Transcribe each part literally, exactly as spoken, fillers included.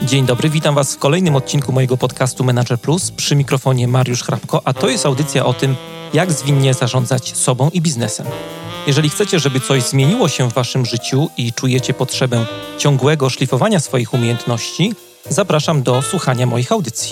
Dzień dobry, witam Was w kolejnym odcinku mojego podcastu Manager Plus. Przy mikrofonie Mariusz Hrabko, a to jest audycja o tym, jak zwinnie zarządzać sobą i biznesem. Jeżeli chcecie, żeby coś zmieniło się w Waszym życiu i czujecie potrzebę ciągłego szlifowania swoich umiejętności, zapraszam do słuchania moich audycji.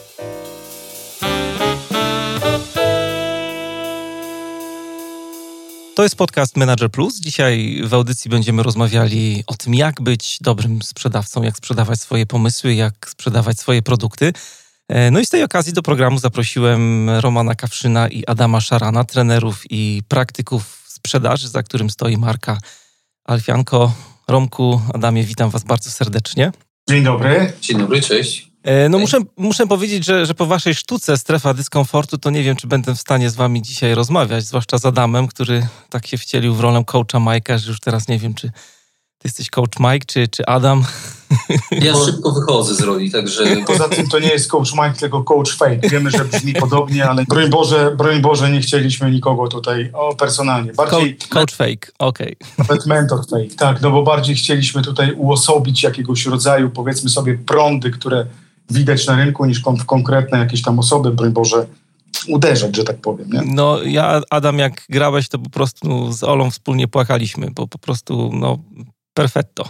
To jest podcast Manager Plus. Dzisiaj w audycji będziemy rozmawiali o tym, jak być dobrym sprzedawcą, jak sprzedawać swoje pomysły, jak sprzedawać swoje produkty. No i z tej okazji do programu zaprosiłem Romana Kawszyna i Adama Szarana, trenerów i praktyków sprzedaży, za którym stoi marka Alfianco. Romku, Adamie, witam Was bardzo serdecznie. Dzień dobry. Dzień dobry, cześć. No muszę, muszę powiedzieć, że, że po waszej sztuce Strefa Dyskomfortu to nie wiem, czy będę w stanie z wami dzisiaj rozmawiać, zwłaszcza z Adamem, który tak się wcielił w rolę coacha Mike'a, że już teraz nie wiem, czy ty jesteś coach Mike, czy, czy Adam. Ja Bo... szybko wychodzę z roli, także... Poza tym to nie jest coach Mike, tylko coach fake. Wiemy, że brzmi podobnie, ale broń Boże, broń Boże, nie chcieliśmy nikogo tutaj o personalnie. Bardziej... Coach, coach fake, okej. Okay. Nawet mentor fake, tak, no bo bardziej chcieliśmy tutaj uosobić jakiegoś rodzaju, powiedzmy sobie, prądy, które widać na rynku, niż w konkretne jakieś tam osoby, broń Boże, uderzać, że tak powiem. Nie? No ja, Adam, jak grałeś, to po prostu z Olą wspólnie płakaliśmy, bo po prostu, no, perfetto.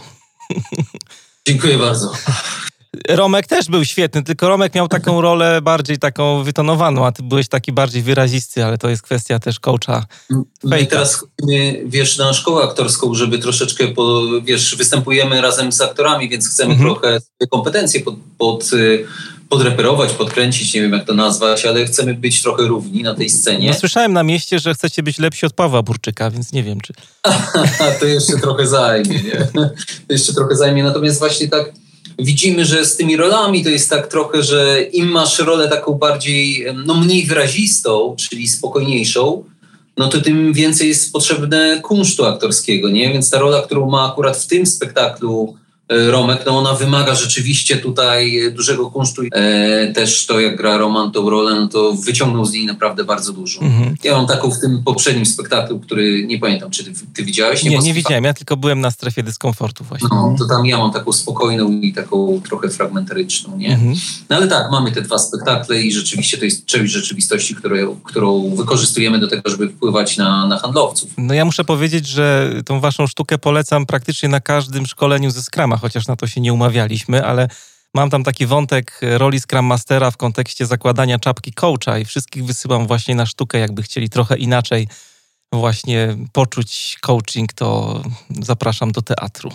Dziękuję bardzo. Romek też był świetny, tylko Romek miał taką rolę bardziej taką wytonowaną, a ty byłeś taki bardziej wyrazisty, ale to jest kwestia też coacha. No i teraz chodzimy, wiesz, na szkołę aktorską, żeby troszeczkę, po, wiesz, występujemy razem z aktorami, więc chcemy mhm. trochę kompetencje pod, pod, podreperować, podkręcić, nie wiem jak to nazwać, ale chcemy być trochę równi na tej scenie. No, słyszałem na mieście, że chcecie być lepsi od Pawła Burczyka, więc nie wiem, czy... To jeszcze trochę zajmie, nie? To jeszcze trochę zajmie, natomiast właśnie tak widzimy, że z tymi rolami to jest tak trochę, że im masz rolę taką bardziej, no mniej wyrazistą, czyli spokojniejszą, no to tym więcej jest potrzebne kunsztu aktorskiego, nie? Więc ta rola, którą ma akurat w tym spektaklu Romek, no ona wymaga rzeczywiście tutaj dużego kunsztu. E, też to, jak gra Roman tą rolę, no to wyciągnął z niej naprawdę bardzo dużo. Mhm. Ja mam taką w tym poprzednim spektaklu, który nie pamiętam, czy ty, ty widziałeś? Nie, nie, nie widziałem, ja tylko byłem na Strefie Dyskomfortu właśnie. No, to tam ja mam taką spokojną i taką trochę fragmentaryczną, nie? Mhm. No ale tak, mamy te dwa spektakle i rzeczywiście to jest część rzeczywistości, którą, którą wykorzystujemy do tego, żeby wpływać na, na handlowców. No ja muszę powiedzieć, że tą waszą sztukę polecam praktycznie na każdym szkoleniu ze Scruma, chociaż na to się nie umawialiśmy, ale mam tam taki wątek roli Scrum Mastera w kontekście zakładania czapki coacha i wszystkich wysyłam właśnie na sztukę, jakby chcieli trochę inaczej właśnie poczuć coaching, to zapraszam do teatru.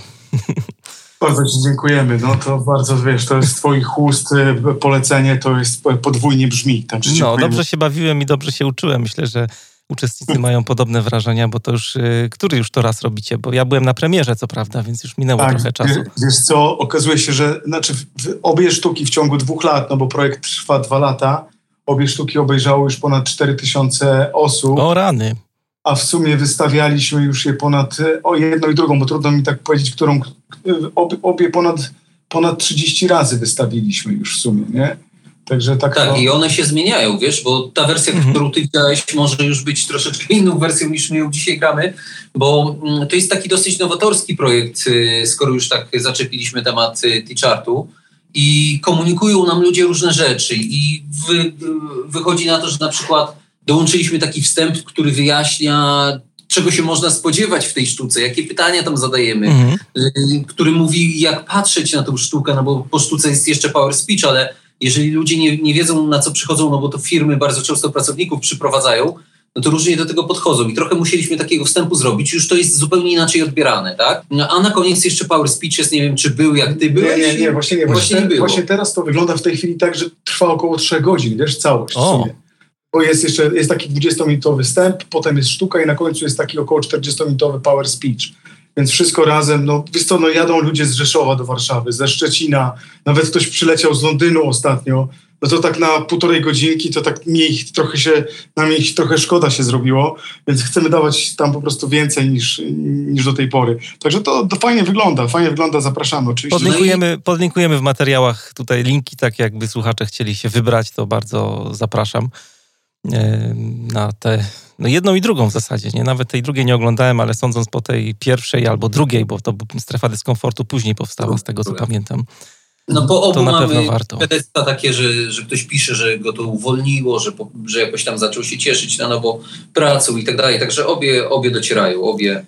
Bardzo Ci dziękujemy. No to bardzo, wiesz, to jest z Twoich ust polecenie, to jest podwójnie brzmi. Także no, dobrze się bawiłem i dobrze się uczyłem. Myślę, że uczestnicy mają podobne wrażenia, bo to już, który już to raz robicie? Bo ja byłem na premierze, co prawda, więc już minęło tak, trochę czasu. Wiesz co, okazuje się, że znaczy obie sztuki w ciągu dwóch lat, no bo projekt trwa dwa lata, obie sztuki obejrzało już ponad cztery tysiące osób. O rany. A w sumie wystawialiśmy już je ponad, o jedną i drugą, bo trudno mi tak powiedzieć, którą, obie, obie ponad, ponad trzydzieści razy wystawiliśmy już w sumie, nie? Także tak, tak to... i one się zmieniają, wiesz, bo ta wersja, mhm. którą ty widziałeś, może już być troszeczkę inną wersją niż my ją dzisiaj gramy, bo to jest taki dosyć nowatorski projekt, skoro już tak zaczepiliśmy temat T-chartu i komunikują nam ludzie różne rzeczy i wy, wychodzi na to, że na przykład dołączyliśmy taki wstęp, który wyjaśnia, czego się można spodziewać w tej sztuce, jakie pytania tam zadajemy, mhm. który mówi, jak patrzeć na tą sztukę, no bo po sztuce jest jeszcze power speech, ale jeżeli ludzie nie, nie wiedzą, na co przychodzą, no bo to firmy bardzo często pracowników przyprowadzają, no to różnie do tego podchodzą i trochę musieliśmy takiego wstępu zrobić, już to jest zupełnie inaczej odbierane, tak? No, a na koniec jeszcze power speech jest, nie wiem, czy był, jak ty byłeś? Nie, nie, nie, właśnie nie. Właśnie, właśnie, nie było. Właśnie teraz to wygląda w tej chwili tak, że trwa około trzech godzin, wiesz, całość w sumie. Bo jest jeszcze jest taki dwudziestominutowy wstęp, potem jest sztuka i na końcu jest taki około czterdziestominutowy power speech. Więc wszystko razem, no wiesz co, no jadą ludzie z Rzeszowa do Warszawy, ze Szczecina, nawet ktoś przyleciał z Londynu ostatnio, no to tak na półtorej godzinki, to tak mi ich trochę się, nam ich trochę szkoda się zrobiło, więc chcemy dawać tam po prostu więcej niż, niż do tej pory. Także to, to fajnie wygląda, fajnie wygląda, zapraszamy oczywiście. Podlinkujemy, podlinkujemy w materiałach tutaj linki, tak jakby słuchacze chcieli się wybrać, to bardzo zapraszam na te, no jedną i drugą w zasadzie, nie? Nawet tej drugiej nie oglądałem, ale sądząc po tej pierwszej albo drugiej, bo to Strefa Dyskomfortu później powstała, z tego co pamiętam. No bo obu to na mamy pewno warto. świadectwa takie, że, że ktoś pisze, że go to uwolniło, że, po, że jakoś tam zaczął się cieszyć na nowo pracą i tak dalej. Także obie, obie docierają, obie,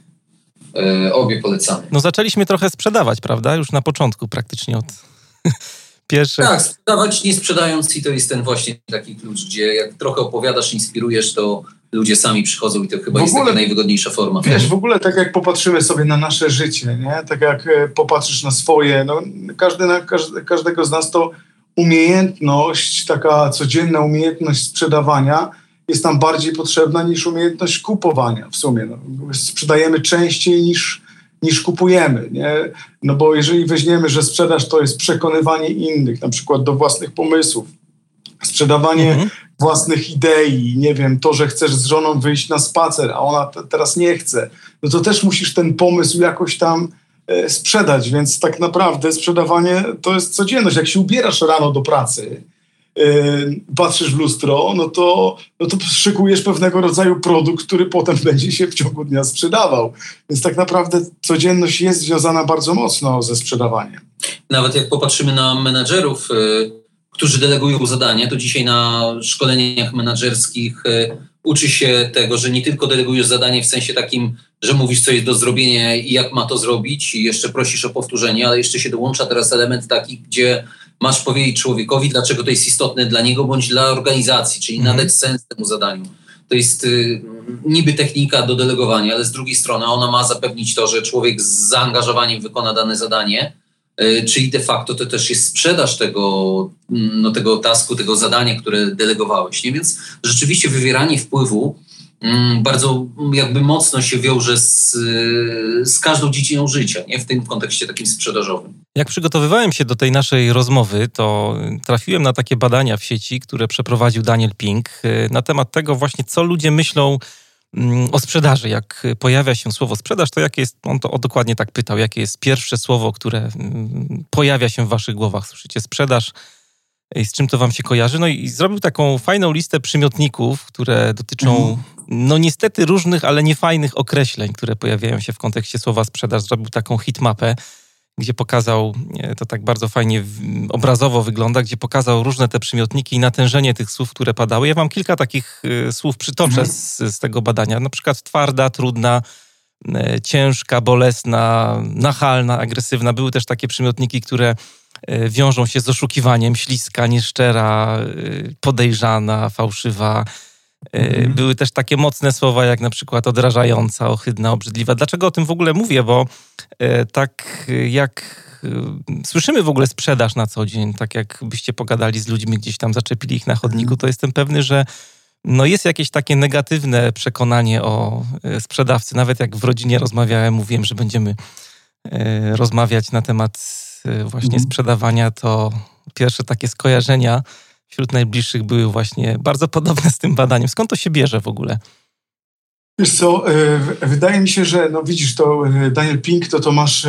e, obie polecamy. No zaczęliśmy trochę sprzedawać, prawda? Już na początku praktycznie od pierwszych. Tak, sprzedawać nie sprzedając i to jest ten właśnie taki klucz, gdzie jak trochę opowiadasz, inspirujesz, to ludzie sami przychodzą i to chyba jest taka najwygodniejsza forma. Wiesz, w ogóle tak jak popatrzymy sobie na nasze życie, nie? Tak jak popatrzysz na swoje, no każdy, na, każdy, każdego z nas to umiejętność, taka codzienna umiejętność sprzedawania jest nam bardziej potrzebna niż umiejętność kupowania w sumie. No, sprzedajemy częściej niż, niż kupujemy, nie? No bo jeżeli weźmiemy, że sprzedaż to jest przekonywanie innych, na przykład do własnych pomysłów, sprzedawanie mhm. własnych idei, nie wiem, to, że chcesz z żoną wyjść na spacer, a ona t- teraz nie chce, no to też musisz ten pomysł jakoś tam e, sprzedać, więc tak naprawdę sprzedawanie to jest codzienność. Jak się ubierasz rano do pracy, e, patrzysz w lustro, no to, no to szykujesz pewnego rodzaju produkt, który potem będzie się w ciągu dnia sprzedawał. Więc tak naprawdę codzienność jest związana bardzo mocno ze sprzedawaniem. Nawet jak popatrzymy na menadżerów, y- którzy delegują zadania, to dzisiaj na szkoleniach menadżerskich y, uczy się tego, że nie tylko delegujesz zadanie w sensie takim, że mówisz, co jest do zrobienia i jak ma to zrobić i jeszcze prosisz o powtórzenie, ale jeszcze się dołącza teraz element taki, gdzie masz powiedzieć człowiekowi, dlaczego to jest istotne dla niego bądź dla organizacji, czyli mm. nadać sens temu zadaniu. To jest y, niby technika do delegowania, ale z drugiej strony ona ma zapewnić to, że człowiek z zaangażowaniem wykona dane zadanie, czyli de facto to też jest sprzedaż tego, no, tego tasku, tego zadania, które delegowałeś. Nie? Więc rzeczywiście wywieranie wpływu mm, bardzo jakby mocno się wiąże z, z każdą dziedziną życia, nie? W tym kontekście takim sprzedażowym. Jak przygotowywałem się do tej naszej rozmowy, to trafiłem na takie badania w sieci, które przeprowadził Daniel Pink na temat tego właśnie, co ludzie myślą o sprzedaży. Jak pojawia się słowo sprzedaż, to jakie jest, on to o dokładnie tak pytał, jakie jest pierwsze słowo, które pojawia się w waszych głowach. Słyszycie sprzedaż i z czym to wam się kojarzy? No i zrobił taką fajną listę przymiotników, które dotyczą, mhm. no niestety różnych, ale niefajnych określeń, które pojawiają się w kontekście słowa sprzedaż. Zrobił taką hitmapę, gdzie pokazał, to tak bardzo fajnie obrazowo wygląda, gdzie pokazał różne te przymiotniki i natężenie tych słów, które padały. Ja wam kilka takich słów przytoczę mhm. z, z tego badania. Na przykład twarda, trudna, ciężka, bolesna, nachalna, agresywna. Były też takie przymiotniki, które wiążą się z oszukiwaniem, śliska, nieszczera, podejrzana, fałszywa. Mhm. Były też takie mocne słowa, jak na przykład odrażająca, ohydna, obrzydliwa. Dlaczego o tym w ogóle mówię? Bo e, tak jak e, słyszymy w ogóle sprzedaż na co dzień, tak jakbyście pogadali z ludźmi, gdzieś tam zaczepili ich na chodniku, to jestem pewny, że no jest jakieś takie negatywne przekonanie o e, sprzedawcy. Nawet jak w rodzinie rozmawiałem, mówiłem, że będziemy e, rozmawiać na temat e, właśnie mhm. sprzedawania, to pierwsze takie skojarzenia wśród najbliższych były właśnie bardzo podobne z tym badaniem. Skąd to się bierze w ogóle? Wiesz co, wydaje mi się, że no widzisz, to Daniel Pink, to to masz,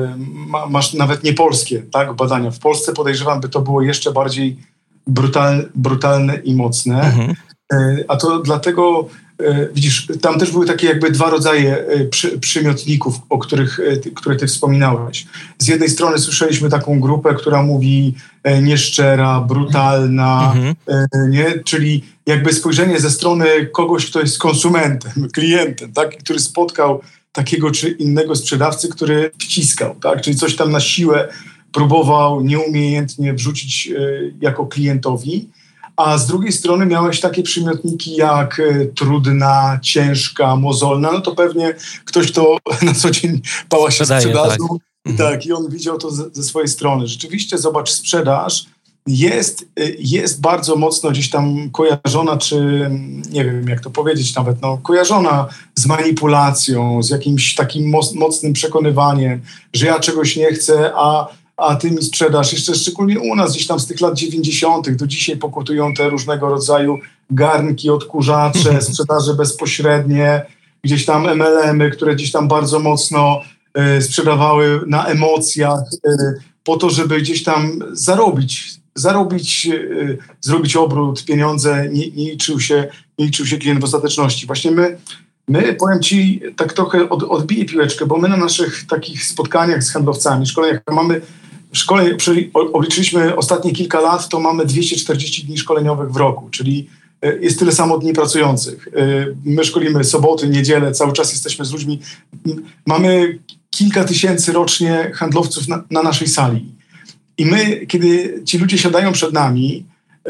masz nawet nie polskie, tak, badania. W Polsce podejrzewam, by to było jeszcze bardziej brutalne, brutalne i mocne. Mhm. A to dlatego, widzisz, tam też były takie jakby dwa rodzaje przy, przymiotników, o których które ty wspominałeś. Z jednej strony słyszeliśmy taką grupę, która mówi nieszczera, brutalna, mhm. nie? Czyli jakby spojrzenie ze strony kogoś, kto jest konsumentem, klientem, tak? Który spotkał takiego czy innego sprzedawcy, który wciskał, tak? Czyli coś tam na siłę próbował nieumiejętnie wrzucić jako klientowi. A z drugiej strony miałeś takie przymiotniki jak trudna, ciężka, mozolna, no to pewnie ktoś, kto na co dzień pała się sprzedażą, tak. tak, i on widział to ze, ze swojej strony. Rzeczywiście, zobacz, sprzedaż jest, jest bardzo mocno gdzieś tam kojarzona, czy nie wiem jak to powiedzieć nawet, no kojarzona z manipulacją, z jakimś takim mocnym przekonywaniem, że ja czegoś nie chcę, a a ty mi sprzedasz. Jeszcze szczególnie u nas gdzieś tam z tych lat dziewięćdziesiątych do dzisiaj pokutują te różnego rodzaju garnki, odkurzacze, sprzedaże bezpośrednie, gdzieś tam em el em-y, które gdzieś tam bardzo mocno y, sprzedawały na emocjach y, po to, żeby gdzieś tam zarobić, zarobić, y, zrobić obrót, pieniądze, nie, nie, liczył się, nie liczył się klient w ostateczności. Właśnie my My, powiem ci, tak trochę od, odbiję piłeczkę, bo my na naszych takich spotkaniach z handlowcami, szkoleniach mamy szkoleń, obliczyliśmy ostatnie kilka lat, to mamy dwieście czterdzieści dni szkoleniowych w roku, czyli jest tyle samo dni pracujących. My szkolimy soboty, niedzielę, cały czas jesteśmy z ludźmi. Mamy kilka tysięcy rocznie handlowców na, na naszej sali. I my, kiedy ci ludzie siadają przed nami,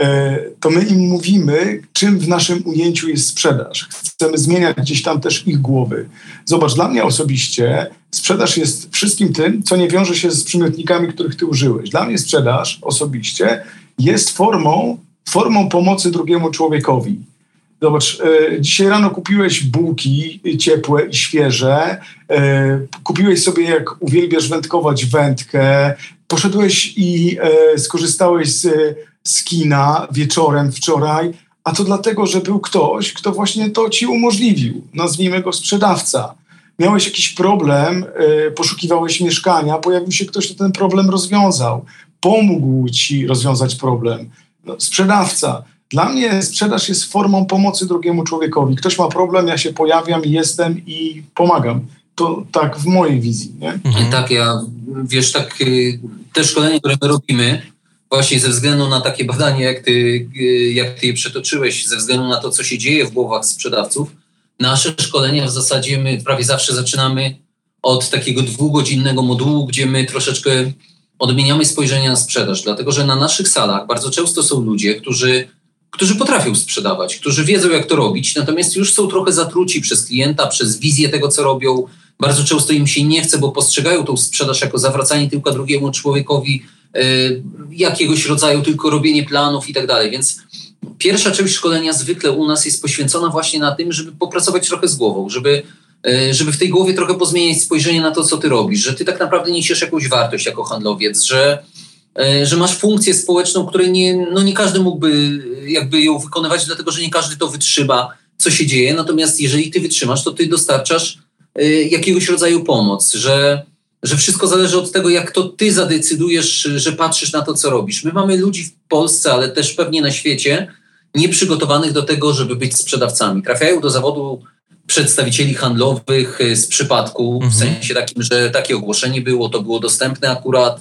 to my im mówimy, czym w naszym ujęciu jest sprzedaż. Chcemy zmieniać gdzieś tam też ich głowy. Zobacz, dla mnie osobiście sprzedaż jest wszystkim tym, co nie wiąże się z przymiotnikami, których ty użyłeś. Dla mnie sprzedaż osobiście jest formą, formą pomocy drugiemu człowiekowi. Zobacz, e, dzisiaj rano kupiłeś bułki ciepłe i świeże, e, kupiłeś sobie, jak uwielbiasz wędkować, wędkę, poszedłeś i e, skorzystałeś z, z kina wieczorem wczoraj, a to dlatego, że był ktoś, kto właśnie to ci umożliwił. Nazwijmy go sprzedawca. Miałeś jakiś problem, e, poszukiwałeś mieszkania, pojawił się ktoś, kto ten problem rozwiązał. Pomógł ci rozwiązać problem. No, sprzedawca. Dla mnie sprzedaż jest formą pomocy drugiemu człowiekowi. Ktoś ma problem, ja się pojawiam, jestem i pomagam. To tak w mojej wizji, nie? Mhm. Tak, ja, wiesz, tak te szkolenia, które my robimy, właśnie ze względu na takie badanie, jak ty, jak ty je przetoczyłeś, ze względu na to, co się dzieje w głowach sprzedawców, nasze szkolenia w zasadzie my prawie zawsze zaczynamy od takiego dwugodzinnego modułu, gdzie my troszeczkę odmieniamy spojrzenie na sprzedaż, dlatego że na naszych salach bardzo często są ludzie, którzy którzy potrafią sprzedawać, którzy wiedzą, jak to robić, natomiast już są trochę zatruci przez klienta, przez wizję tego, co robią. Bardzo często im się nie chce, bo postrzegają tą sprzedaż jako zawracanie tyłka drugiemu człowiekowi, yy, jakiegoś rodzaju tylko robienie planów i tak dalej. Więc pierwsza część szkolenia zwykle u nas jest poświęcona właśnie na tym, żeby popracować trochę z głową, żeby, yy, żeby w tej głowie trochę pozmieniać spojrzenie na to, co ty robisz, że ty tak naprawdę niesiesz jakąś wartość jako handlowiec, że że masz funkcję społeczną, której nie, no nie każdy mógłby jakby ją wykonywać, dlatego że nie każdy to wytrzyma, co się dzieje. Natomiast jeżeli ty wytrzymasz, to ty dostarczasz y, jakiegoś rodzaju pomoc, że, że wszystko zależy od tego, jak to ty zadecydujesz, że patrzysz na to, co robisz. My mamy ludzi w Polsce, ale też pewnie na świecie, nieprzygotowanych do tego, żeby być sprzedawcami. Trafiają do zawodu przedstawicieli handlowych z przypadku, mhm. w sensie takim, że takie ogłoszenie było, to było dostępne akurat,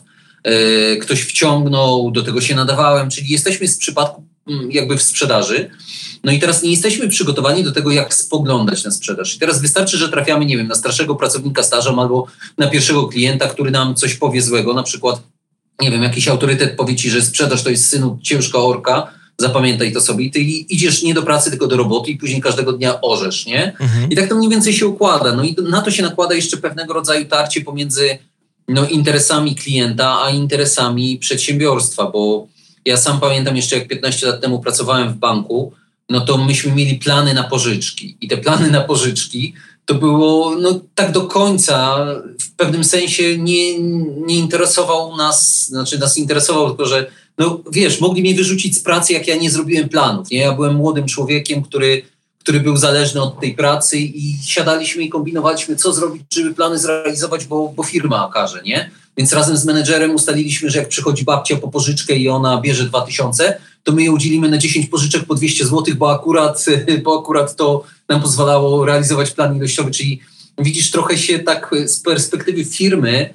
ktoś wciągnął, do tego się nadawałem, czyli jesteśmy z przypadku jakby w sprzedaży. No i teraz nie jesteśmy przygotowani do tego, jak spoglądać na sprzedaż. I teraz wystarczy, że trafiamy, nie wiem, na starszego pracownika stażem albo na pierwszego klienta, który nam coś powie złego, na przykład, nie wiem, jakiś autorytet powie ci, że sprzedaż to jest, synu, ciężka orka, zapamiętaj to sobie i ty idziesz nie do pracy, tylko do roboty i później każdego dnia orzesz, nie? Mhm. I tak to mniej więcej się układa. No i na to się nakłada jeszcze pewnego rodzaju tarcie pomiędzy no, interesami klienta, a interesami przedsiębiorstwa, bo ja sam pamiętam jeszcze, jak piętnaście lat temu pracowałem w banku, no to myśmy mieli plany na pożyczki i te plany na pożyczki to było no, tak do końca, w pewnym sensie nie, nie interesował nas, znaczy nas interesował tylko, że no wiesz, mogli mnie wyrzucić z pracy, jak ja nie zrobiłem planów, nie? Ja byłem młodym człowiekiem, który który był zależny od tej pracy i siadaliśmy i kombinowaliśmy, co zrobić, żeby plany zrealizować, bo, bo firma każe, nie? Więc razem z menedżerem ustaliliśmy, że jak przychodzi babcia po pożyczkę i ona bierze dwa tysiące, to my ją udzielimy na dziesięć pożyczek po dwieście złotych, bo akurat, bo akurat to nam pozwalało realizować plan ilościowy, czyli widzisz, trochę się tak z perspektywy firmy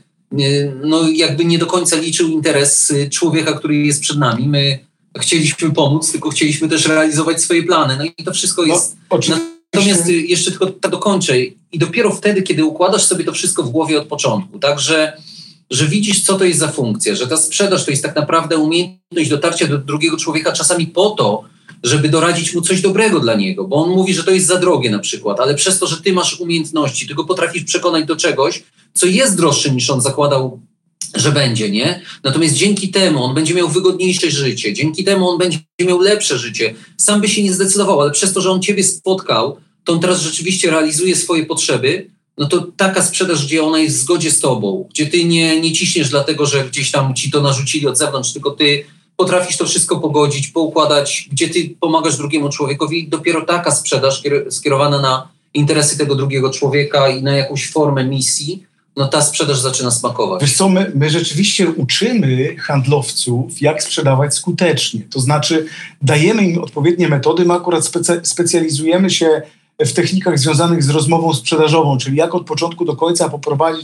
no jakby nie do końca liczył interes człowieka, który jest przed nami. My chcieliśmy pomóc, tylko chcieliśmy też realizować swoje plany. No i to wszystko jest... No, natomiast jeszcze tylko tak dokończę. I dopiero wtedy, kiedy układasz sobie to wszystko w głowie od początku, tak, że, że widzisz, co to jest za funkcja, że ta sprzedaż to jest tak naprawdę umiejętność dotarcia do drugiego człowieka czasami po to, żeby doradzić mu coś dobrego dla niego, bo on mówi, że to jest za drogie na przykład, ale przez to, że ty masz umiejętności, ty go potrafisz przekonać do czegoś, co jest droższe niż on zakładał, że będzie, nie? Natomiast dzięki temu on będzie miał wygodniejsze życie, dzięki temu on będzie miał lepsze życie. Sam by się nie zdecydował, ale przez to, że on ciebie spotkał, to on teraz rzeczywiście realizuje swoje potrzeby, no to taka sprzedaż, gdzie ona jest w zgodzie z tobą, gdzie ty nie, nie ciśniesz dlatego, że gdzieś tam ci to narzucili od zewnątrz, tylko ty potrafisz to wszystko pogodzić, poukładać, gdzie ty pomagasz drugiemu człowiekowi. Dopiero taka sprzedaż skierowana na interesy tego drugiego człowieka i na jakąś formę misji, no ta sprzedaż zaczyna smakować. Wiesz co, my, my rzeczywiście uczymy handlowców, jak sprzedawać skutecznie. To znaczy dajemy im odpowiednie metody, my akurat specy, specjalizujemy się w technikach związanych z rozmową sprzedażową, czyli jak od początku do końca poprowadzić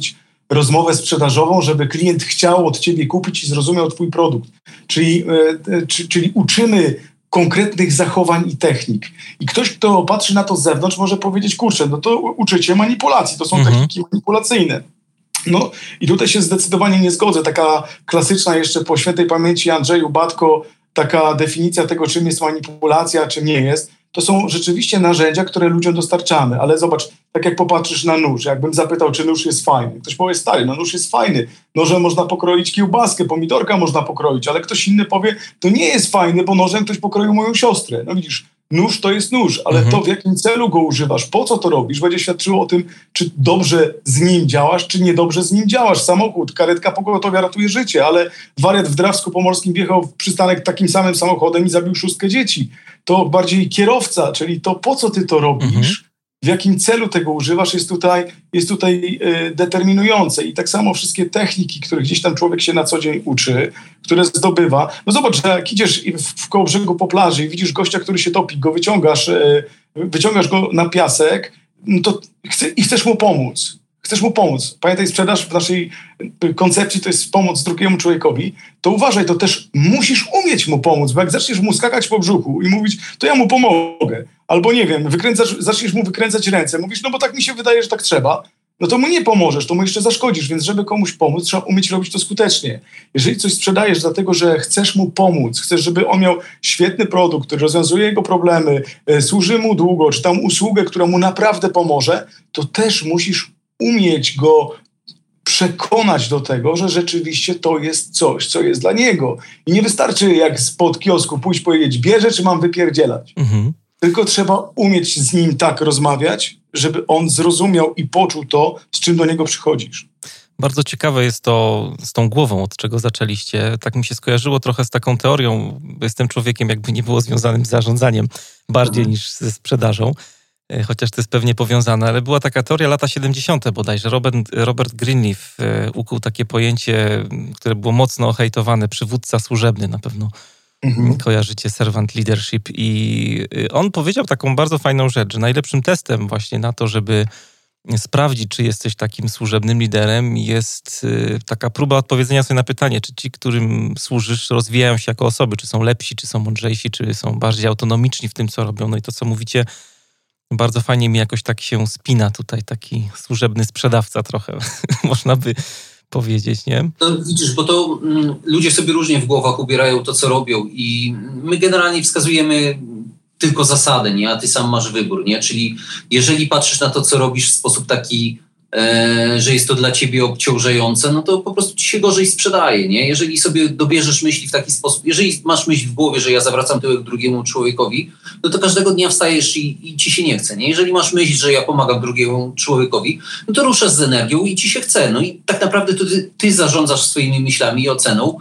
rozmowę sprzedażową, żeby klient chciał od ciebie kupić i zrozumiał twój produkt. Czyli, e, czy, czyli uczymy konkretnych zachowań i technik. I ktoś, kto patrzy na to z zewnątrz, może powiedzieć, kurczę, no to uczycie manipulacji, to są mhm. techniki manipulacyjne. No i tutaj się zdecydowanie nie zgodzę. Taka klasyczna jeszcze po świętej pamięci Andrzeju Batko, taka definicja tego, czym jest manipulacja, a czym nie jest, to są rzeczywiście narzędzia, które ludziom dostarczamy. Ale zobacz, tak jak popatrzysz na nóż, jakbym zapytał, czy nóż jest fajny. Ktoś powie, stary, no nóż jest fajny. Nożem można pokroić kiełbaskę, pomidorka można pokroić, ale ktoś inny powie, to nie jest fajny, bo nożem ktoś pokroił moją siostrę. No widzisz, nóż to jest nóż, ale mhm. to, w jakim celu go używasz, po co to robisz, będzie świadczyło o tym, czy dobrze z nim działasz, czy niedobrze z nim działasz. Samochód, karetka pogotowia ratuje życie, ale wariat w Drawsku-Pomorskim wjechał w przystanek takim samym samochodem i zabił szóstkę dzieci. To bardziej kierowca, czyli to, po co ty to robisz, mhm. w jakim celu tego używasz, jest tutaj, jest tutaj y, determinujące. I tak samo wszystkie techniki, których gdzieś tam człowiek się na co dzień uczy, które zdobywa. No zobacz, że jak idziesz w, w koło brzegu po plaży i widzisz gościa, który się topi, go wyciągasz, y, wyciągasz go na piasek, no to chce, i chcesz mu pomóc. Chcesz mu pomóc. Pamiętaj, sprzedaż w naszej koncepcji to jest pomoc drugiemu człowiekowi, to uważaj, to też musisz umieć mu pomóc, bo jak zaczniesz mu skakać po brzuchu i mówić, to ja mu pomogę, albo nie wiem, wykręcasz, zaczniesz mu wykręcać ręce, mówisz, no bo tak mi się wydaje, że tak trzeba, no to mu nie pomożesz, to mu jeszcze zaszkodzisz, więc żeby komuś pomóc, trzeba umieć robić to skutecznie. Jeżeli coś sprzedajesz dlatego, że chcesz mu pomóc, chcesz, żeby on miał świetny produkt, który rozwiązuje jego problemy, e, służy mu długo, czy tam usługę, która mu naprawdę pomoże, to też musisz umieć go przekonać do tego, że rzeczywiście to jest coś, co jest dla niego. I nie wystarczy jak spod kiosku pójść powiedzieć, bierze, czy mam wypierdzielać. Mhm. Tylko trzeba umieć z nim tak rozmawiać, żeby on zrozumiał i poczuł to, z czym do niego przychodzisz. Bardzo ciekawe jest to z tą głową, od czego zaczęliście. Tak mi się skojarzyło trochę z taką teorią. Jestem człowiekiem jakby nie było związanym z zarządzaniem bardziej mhm. niż ze sprzedażą. Chociaż to jest pewnie powiązane, ale była taka teoria lata siedemdziesiąte bodajże. Robert, Robert Greenleaf ukuł takie pojęcie, które było mocno hejtowane, przywódca służebny, na pewno mhm. kojarzycie, servant leadership. I on powiedział taką bardzo fajną rzecz, że najlepszym testem właśnie na to, żeby sprawdzić, czy jesteś takim służebnym liderem, jest taka próba odpowiedzenia sobie na pytanie, czy ci, którym służysz, rozwijają się jako osoby, czy są lepsi, czy są mądrzejsi, czy są bardziej autonomiczni w tym, co robią. No i to, co mówicie, bardzo fajnie mi jakoś tak się spina tutaj, taki służebny sprzedawca trochę, można by powiedzieć, nie? No, widzisz, bo to mm, ludzie sobie różnie w głowach ubierają to, co robią i my generalnie wskazujemy tylko zasady, nie? A ty sam masz wybór, nie? Czyli jeżeli patrzysz na to, co robisz w sposób taki, e, że jest to dla ciebie obciążające, no to po prostu ci się gorzej sprzedaje, nie? Jeżeli sobie dobierzesz myśli w taki sposób, jeżeli masz myśl w głowie, że ja zawracam tyłek drugiemu człowiekowi, no to każdego dnia wstajesz i, i ci się nie chce, nie? Jeżeli masz myśl, że ja pomagam drugiemu człowiekowi, no to ruszasz z energią i ci się chce. No i tak naprawdę to ty, ty zarządzasz swoimi myślami i oceną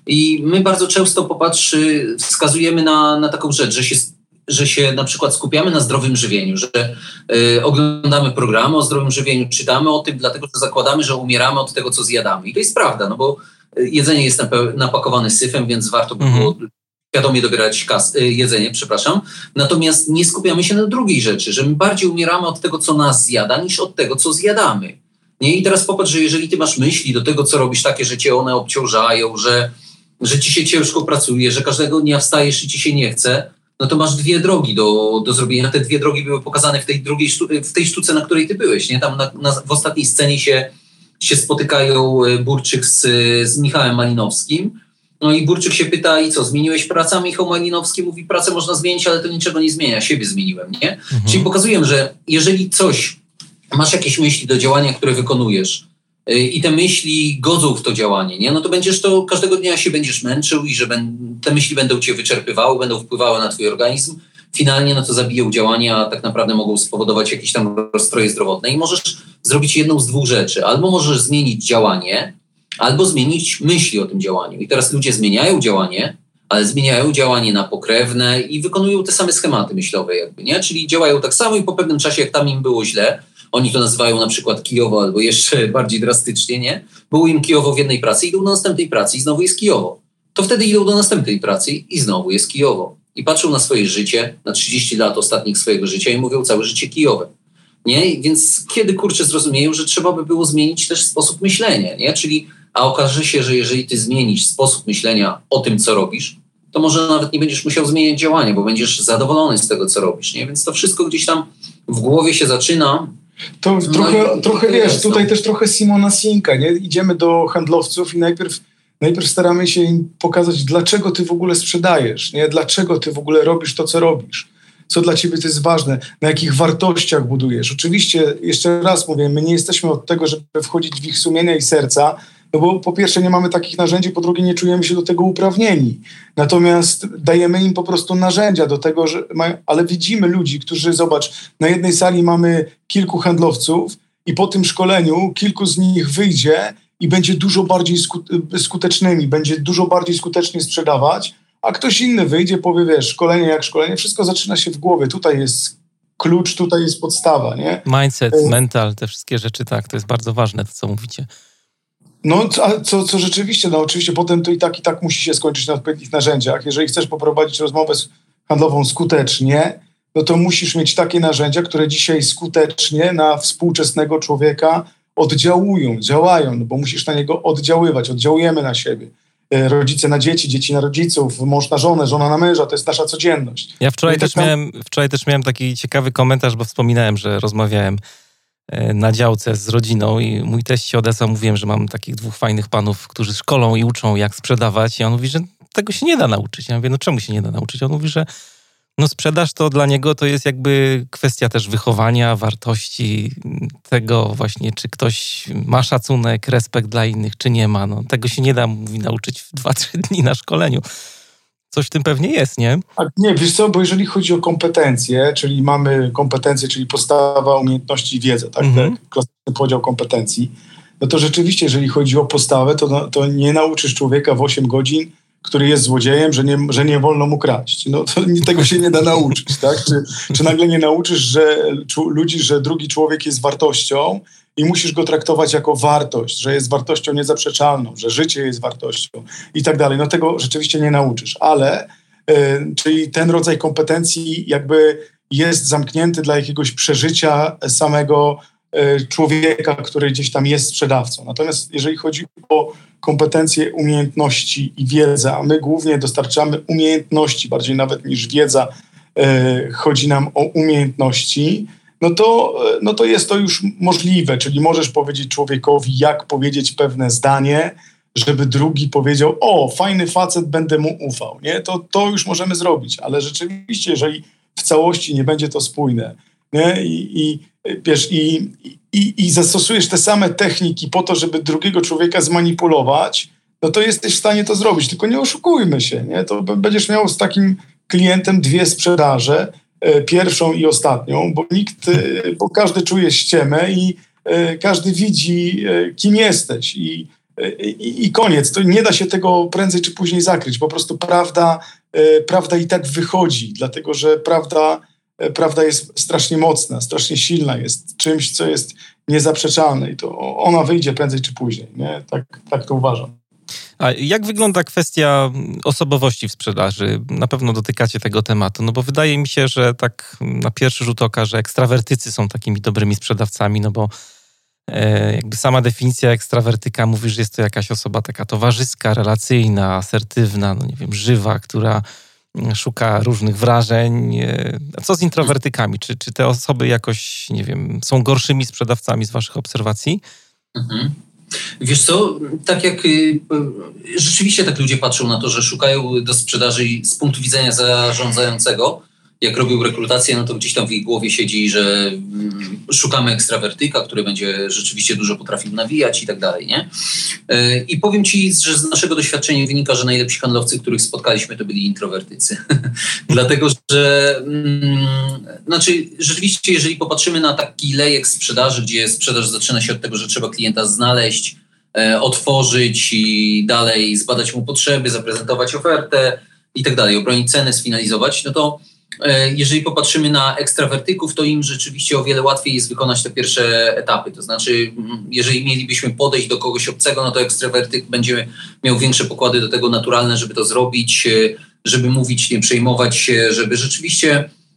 i my bardzo często, popatrz, wskazujemy na, na taką rzecz, że się że się na przykład skupiamy na zdrowym żywieniu, że y, oglądamy programy o zdrowym żywieniu, czytamy o tym, dlatego że zakładamy, że umieramy od tego, co zjadamy. I to jest prawda, no bo jedzenie jest nape- napakowane syfem, więc warto by było mhm. świadomie dobierać kas- y, jedzenie, przepraszam. Natomiast nie skupiamy się na drugiej rzeczy, że my bardziej umieramy od tego, co nas zjada, niż od tego, co zjadamy. Nie? I teraz popatrz, że jeżeli ty masz myśli do tego, co robisz, takie, że cię one obciążają, że, że ci się ciężko pracuje, że każdego dnia wstajesz i ci się nie chce, no to masz dwie drogi do, do zrobienia. Te dwie drogi były pokazane w tej drugiej sztu- w tej sztuce, na której ty byłeś. Nie? Tam na, na, w ostatniej scenie się, się spotykają Burczyk z, z Michałem Malinowskim. No i Burczyk się pyta, i co, zmieniłeś pracę? A Michał Malinowski mówi, pracę można zmienić, ale to niczego nie zmienia. Siebie zmieniłem, nie? Mhm. Czyli pokazuję, że jeżeli coś, masz jakieś myśli do działania, które wykonujesz, i te myśli godzą w to działanie, nie? No to będziesz to, każdego dnia się będziesz męczył i że ben, te myśli będą cię wyczerpywały, będą wpływały na twój organizm. Finalnie no to zabiją działania, a tak naprawdę mogą spowodować jakieś tam rozstroje zdrowotne. I możesz zrobić jedną z dwóch rzeczy. Albo możesz zmienić działanie, albo zmienić myśli o tym działaniu. I teraz ludzie zmieniają działanie, ale zmieniają działanie na pokrewne i wykonują te same schematy myślowe jakby, nie? Czyli działają tak samo i po pewnym czasie, jak tam im było źle, oni to nazywają na przykład kijowo albo jeszcze bardziej drastycznie, nie? Było im kijowo w jednej pracy, idą do następnej pracy i znowu jest kijowo. To wtedy idą do następnej pracy i znowu jest kijowo. I patrzą na swoje życie, na trzydzieści lat ostatnich swojego życia i mówią całe życie kijowe. nie? Więc kiedy, kurczę, zrozumieją, że trzeba by było zmienić też sposób myślenia, nie? Czyli, a okaże się, że jeżeli ty zmienisz sposób myślenia o tym, co robisz, to może nawet nie będziesz musiał zmieniać działania, bo będziesz zadowolony z tego, co robisz, nie? Więc to wszystko gdzieś tam w głowie się zaczyna. To no trochę, i, trochę i wiesz, jest, tutaj no. też trochę Simona Sinka, nie? Idziemy do handlowców i najpierw, najpierw staramy się im pokazać, dlaczego ty w ogóle sprzedajesz, nie? Dlaczego ty w ogóle robisz to, co robisz. Co dla ciebie to jest ważne, na jakich wartościach budujesz. Oczywiście, jeszcze raz mówię, my nie jesteśmy od tego, żeby wchodzić w ich sumienia i serca, no bo po pierwsze nie mamy takich narzędzi, po drugie nie czujemy się do tego uprawnieni. Natomiast dajemy im po prostu narzędzia do tego, że mają, ale widzimy ludzi, którzy, zobacz, na jednej sali mamy kilku handlowców i po tym szkoleniu kilku z nich wyjdzie i będzie dużo bardziej skutecznymi, będzie dużo bardziej skutecznie sprzedawać, a ktoś inny wyjdzie, powie, wiesz, szkolenie jak szkolenie, wszystko zaczyna się w głowie, tutaj jest klucz, tutaj jest podstawa, nie? Mindset, mental, te wszystkie rzeczy, tak, to jest bardzo ważne, to co mówicie. No, a co, co rzeczywiście, no oczywiście potem to i tak, i tak musi się skończyć na odpowiednich narzędziach. Jeżeli chcesz poprowadzić rozmowę handlową skutecznie, no to musisz mieć takie narzędzia, które dzisiaj skutecznie na współczesnego człowieka oddziałują, działają, no bo musisz na niego oddziaływać, oddziałujemy na siebie. Rodzice na dzieci, dzieci na rodziców, mąż na żonę, żona na męża, to jest nasza codzienność. Ja wczoraj, no też, tam... miałem, wczoraj też miałem taki ciekawy komentarz, bo wspominałem, że rozmawiałem na działce z rodziną i mój teść się odezwał, mówiłem, że mam takich dwóch fajnych panów, którzy szkolą i uczą, jak sprzedawać, i on mówi, że tego się nie da nauczyć. Ja mówię, no czemu się nie da nauczyć? On mówi, że no sprzedaż to dla niego to jest jakby kwestia też wychowania, wartości, tego właśnie, czy ktoś ma szacunek, respekt dla innych, czy nie ma. No, tego się nie da, mówi, nauczyć w dwa, trzy dni na szkoleniu. Coś w tym pewnie jest, nie? A nie, wiesz co, bo jeżeli chodzi o kompetencje, czyli mamy kompetencje, czyli postawa, umiejętności i wiedza, tak? Mhm. Tak, klasyczny podział kompetencji, no to rzeczywiście, jeżeli chodzi o postawę, to, to nie nauczysz człowieka w osiem godzin, który jest złodziejem, że nie, że nie wolno mu kraść. No to tego się nie da nauczyć, tak? Czy, czy nagle nie nauczysz że, czu, ludzi, że drugi człowiek jest wartością i musisz go traktować jako wartość, że jest wartością niezaprzeczalną, że życie jest wartością i tak dalej. No tego rzeczywiście nie nauczysz, ale y, czyli ten rodzaj kompetencji jakby jest zamknięty dla jakiegoś przeżycia samego y, człowieka, który gdzieś tam jest sprzedawcą. Natomiast jeżeli chodzi o kompetencje, umiejętności i wiedza, a my głównie dostarczamy umiejętności, bardziej nawet niż wiedza, y, chodzi nam o umiejętności, no to, no to jest to już możliwe, czyli możesz powiedzieć człowiekowi, jak powiedzieć pewne zdanie, żeby drugi powiedział, o, fajny facet, będę mu ufał, nie? To, to już możemy zrobić, ale rzeczywiście, jeżeli w całości nie będzie to spójne, nie? I, i, wiesz, i, i, i zastosujesz te same techniki po to, żeby drugiego człowieka zmanipulować, no to jesteś w stanie to zrobić, tylko nie oszukujmy się, nie? To będziesz miał z takim klientem dwie sprzedaże, pierwszą i ostatnią, bo nikt, bo każdy czuje ściemę i każdy widzi, kim jesteś i, i, i koniec. To nie da się tego prędzej czy później zakryć. Po prostu prawda, prawda i tak wychodzi, dlatego że prawda, prawda jest strasznie mocna, strasznie silna, jest czymś, co jest niezaprzeczalne i to ona wyjdzie prędzej czy później. Nie? Tak, tak to uważam. A jak wygląda kwestia osobowości w sprzedaży? Na pewno dotykacie tego tematu, no bo wydaje mi się, że tak na pierwszy rzut oka, że ekstrawertycy są takimi dobrymi sprzedawcami, no bo e, jakby sama definicja ekstrawertyka mówi, że jest to jakaś osoba taka towarzyska, relacyjna, asertywna, no nie wiem, żywa, która szuka różnych wrażeń. A co z introwertykami? Czy, czy te osoby jakoś, nie wiem, są gorszymi sprzedawcami z waszych obserwacji? Mhm. Wiesz co, tak jak y, rzeczywiście tak ludzie patrzą na to, że szukają do sprzedaży z punktu widzenia zarządzającego, jak robią rekrutację, no to gdzieś tam w ich głowie siedzi, że y, szukamy ekstrawertyka, który będzie rzeczywiście dużo potrafił nawijać i tak dalej, nie? Y, I powiem ci, że z naszego doświadczenia wynika, że najlepsi handlowcy, których spotkaliśmy, to byli introwertycy. Dlatego, że y, znaczy rzeczywiście, jeżeli popatrzymy na taki lejek sprzedaży, gdzie sprzedaż zaczyna się od tego, że trzeba klienta znaleźć, y, otworzyć i dalej zbadać mu potrzeby, zaprezentować ofertę i tak dalej, obronić cenę, sfinalizować, no to jeżeli popatrzymy na ekstrawertyków, to im rzeczywiście o wiele łatwiej jest wykonać te pierwsze etapy. To znaczy, jeżeli mielibyśmy podejść do kogoś obcego, no to ekstrawertyk będzie miał większe pokłady do tego naturalne, żeby to zrobić, żeby mówić, nie przejmować się, żeby rzeczywiście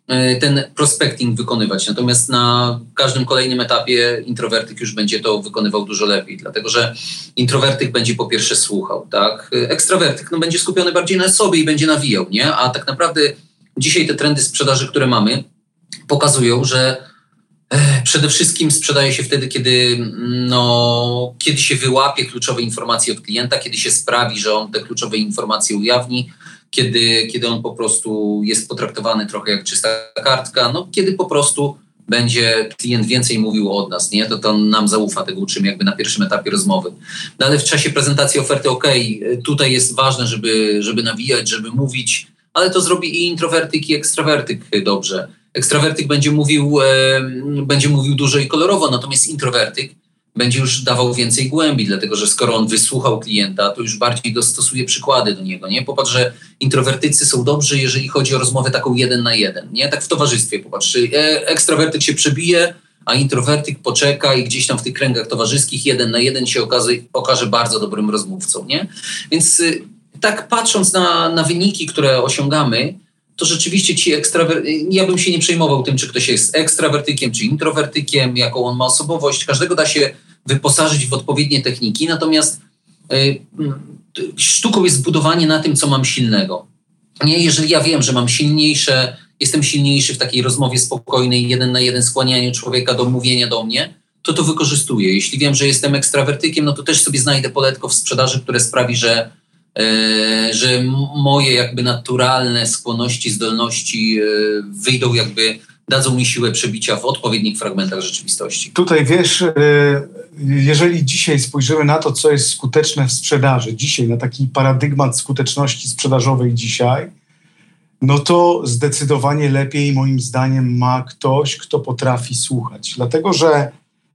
ten prospecting wykonywać. Natomiast na każdym kolejnym etapie introwertyk już będzie to wykonywał dużo lepiej, dlatego że introwertyk będzie po pierwsze słuchał, tak? Ekstrawertyk no, będzie skupiony bardziej na sobie i będzie nawijał, nie? A tak naprawdę dzisiaj te trendy sprzedaży, które mamy, pokazują, że e, przede wszystkim sprzedaje się wtedy, kiedy, no, kiedy się wyłapie kluczowe informacje od klienta, kiedy się sprawi, że on te kluczowe informacje ujawni, Kiedy, kiedy on po prostu jest potraktowany trochę jak czysta kartka, no kiedy po prostu będzie klient więcej mówił od nas, nie? To, to nam zaufa, tego uczymy jakby na pierwszym etapie rozmowy. No ale w czasie prezentacji oferty, okej, okay, tutaj jest ważne, żeby, żeby nawijać, żeby mówić, ale to zrobi i introwertyk, i ekstrawertyk dobrze. Ekstrawertyk będzie mówił, e, będzie mówił dużo i kolorowo, natomiast introwertyk będzie już dawał więcej głębi, dlatego że skoro on wysłuchał klienta, to już bardziej dostosuje przykłady do niego, nie? Popatrz, że introwertycy są dobrzy, jeżeli chodzi o rozmowę taką jeden na jeden, nie? Tak w towarzystwie, popatrz, ekstrawertyk się przebije, a introwertyk poczeka i gdzieś tam w tych kręgach towarzyskich jeden na jeden się okaże, okaże bardzo dobrym rozmówcą, nie? Więc tak patrząc na, na wyniki, które osiągamy, to rzeczywiście ci ekstrawertycy, ja bym się nie przejmował tym, czy ktoś jest ekstrawertykiem, czy introwertykiem, jaką on ma osobowość. Każdego da się wyposażyć w odpowiednie techniki, natomiast y, sztuką jest zbudowanie na tym, co mam silnego. Nie, jeżeli ja wiem, że mam silniejsze, jestem silniejszy w takiej rozmowie spokojnej, jeden na jeden skłanianiu człowieka do mówienia do mnie, to to wykorzystuję. Jeśli wiem, że jestem ekstrawertykiem, no to też sobie znajdę poletko w sprzedaży, które sprawi, że że moje jakby naturalne skłonności, zdolności wyjdą jakby, dadzą mi siłę przebicia w odpowiednich fragmentach rzeczywistości. Tutaj wiesz, jeżeli dzisiaj spojrzymy na to, co jest skuteczne w sprzedaży, dzisiaj na taki paradygmat skuteczności sprzedażowej dzisiaj, no to zdecydowanie lepiej moim zdaniem ma ktoś, kto potrafi słuchać. Dlatego, że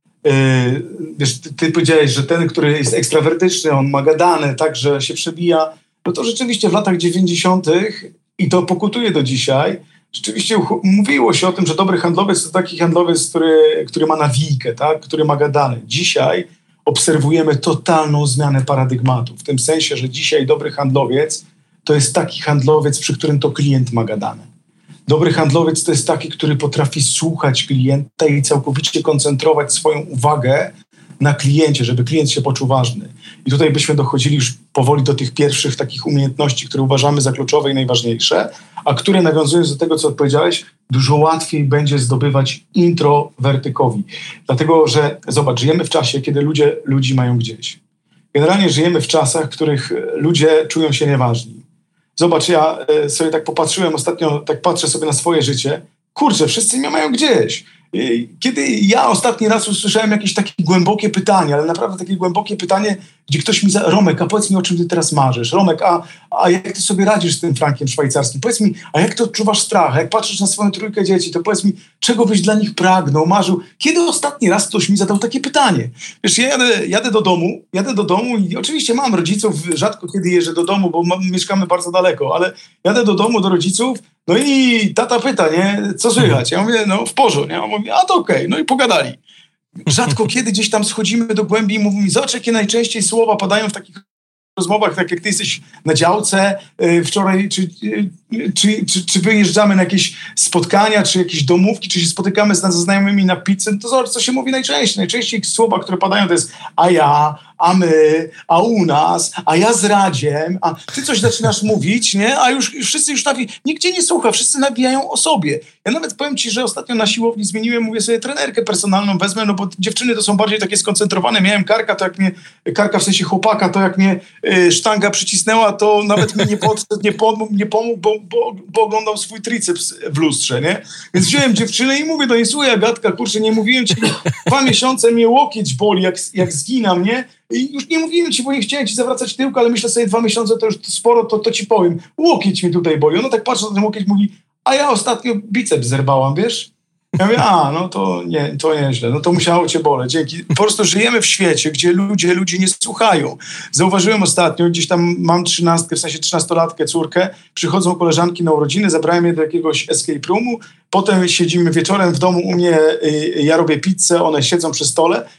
Yy, wiesz, ty, ty powiedziałeś, że ten, który jest ekstrawertyczny, on ma gadane, tak, że się przebija, no to rzeczywiście w latach dziewięćdziesiątych i to pokutuje do dzisiaj, rzeczywiście uch- mówiło się o tym, że dobry handlowiec to taki handlowiec, który, który ma nawijkę, tak, który ma gadane. Dzisiaj obserwujemy totalną zmianę paradygmatu, w tym sensie, że dzisiaj dobry handlowiec to jest taki handlowiec, przy którym to klient ma gadane. Dobry handlowiec to jest taki, który potrafi słuchać klienta i całkowicie koncentrować swoją uwagę na kliencie, żeby klient się poczuł ważny. I tutaj byśmy dochodzili już powoli do tych pierwszych takich umiejętności, które uważamy za kluczowe i najważniejsze, a które, nawiązując do tego, co odpowiedziałeś, dużo łatwiej będzie zdobywać introwertykowi. Dlatego, że zobacz, żyjemy w czasie, kiedy ludzie ludzi mają gdzieś. Generalnie żyjemy w czasach, w których ludzie czują się nieważni. Zobacz, ja sobie tak popatrzyłem ostatnio, tak patrzę sobie na swoje życie. Kurczę, wszyscy mnie mają gdzieś. Kiedy ja ostatni raz usłyszałem jakieś takie głębokie pytanie, ale naprawdę takie głębokie pytanie, gdzie ktoś mi... Za... Romek, a powiedz mi, o czym ty teraz marzysz? Romek, a, a jak ty sobie radzisz z tym frankiem szwajcarskim? Powiedz mi, a jak ty odczuwasz strach? A jak patrzysz na swoją trójkę dzieci, to powiedz mi, czego byś dla nich pragnął, marzył? Kiedy ostatni raz ktoś mi zadał takie pytanie? Wiesz, ja jadę, jadę do domu, jadę do domu i oczywiście mam rodziców, rzadko kiedy jeżdżę do domu, bo mam, mieszkamy bardzo daleko, ale jadę do domu, do rodziców, no i tata pyta, nie, co słychać? Ja mówię, no w porządku, nie? On mówi, a to okej, okay. No i pogadali. Rzadko kiedy gdzieś tam schodzimy do głębi i mówi mi, zobacz, jakie najczęściej słowa padają w takich rozmowach, tak jak ty jesteś na działce yy, wczoraj, czy, yy, czy, czy, czy wyjeżdżamy na jakieś spotkania, czy jakieś domówki, czy się spotykamy z, ze znajomymi na pizzę, to zobacz, co się mówi najczęściej. Najczęściej słowa, które padają, to jest a ja, a my, a u nas, a ja z Radziem, a ty coś zaczynasz mówić, nie? A już, już wszyscy już nawi... Nikt cię nie słucha, wszyscy nawijają o sobie. Ja nawet powiem ci, że ostatnio na siłowni zmieniłem, mówię sobie, trenerkę personalną wezmę, no bo dziewczyny to są bardziej takie skoncentrowane. Miałem karka, to jak mnie, karka w sensie chłopaka, to jak mnie y, sztanga przycisnęła, to nawet mi nie podszedł, nie pomógł, nie pomógł bo, bo, bo oglądał swój triceps w lustrze, nie? Więc wziąłem dziewczynę i mówię do niej, słuchaj Agatka, kurczę, nie mówiłem ci, dwa miesiące mnie łokieć boli, jak, jak zginam, nie? I już nie mówiłem ci, bo nie chciałem ci zawracać tyłka, ale myślę sobie, dwa miesiące to już sporo, to, to ci powiem. Łokieć mi tutaj boli. Ona tak patrzy na ten łokieć, mówi, a ja ostatnio biceps zerwałam, wiesz? Ja mówię, a, no to nie, to nieźle, no to musiało cię boleć. Dzięki. Po prostu żyjemy w świecie, gdzie ludzie, ludzie nie słuchają. Zauważyłem ostatnio, gdzieś tam mam trzynastkę, w sensie trzynastolatkę, córkę, przychodzą koleżanki na urodziny, zabrałem je do jakiegoś escape roomu, potem siedzimy wieczorem w domu u mnie, ja robię pizzę, one siedzą przy stole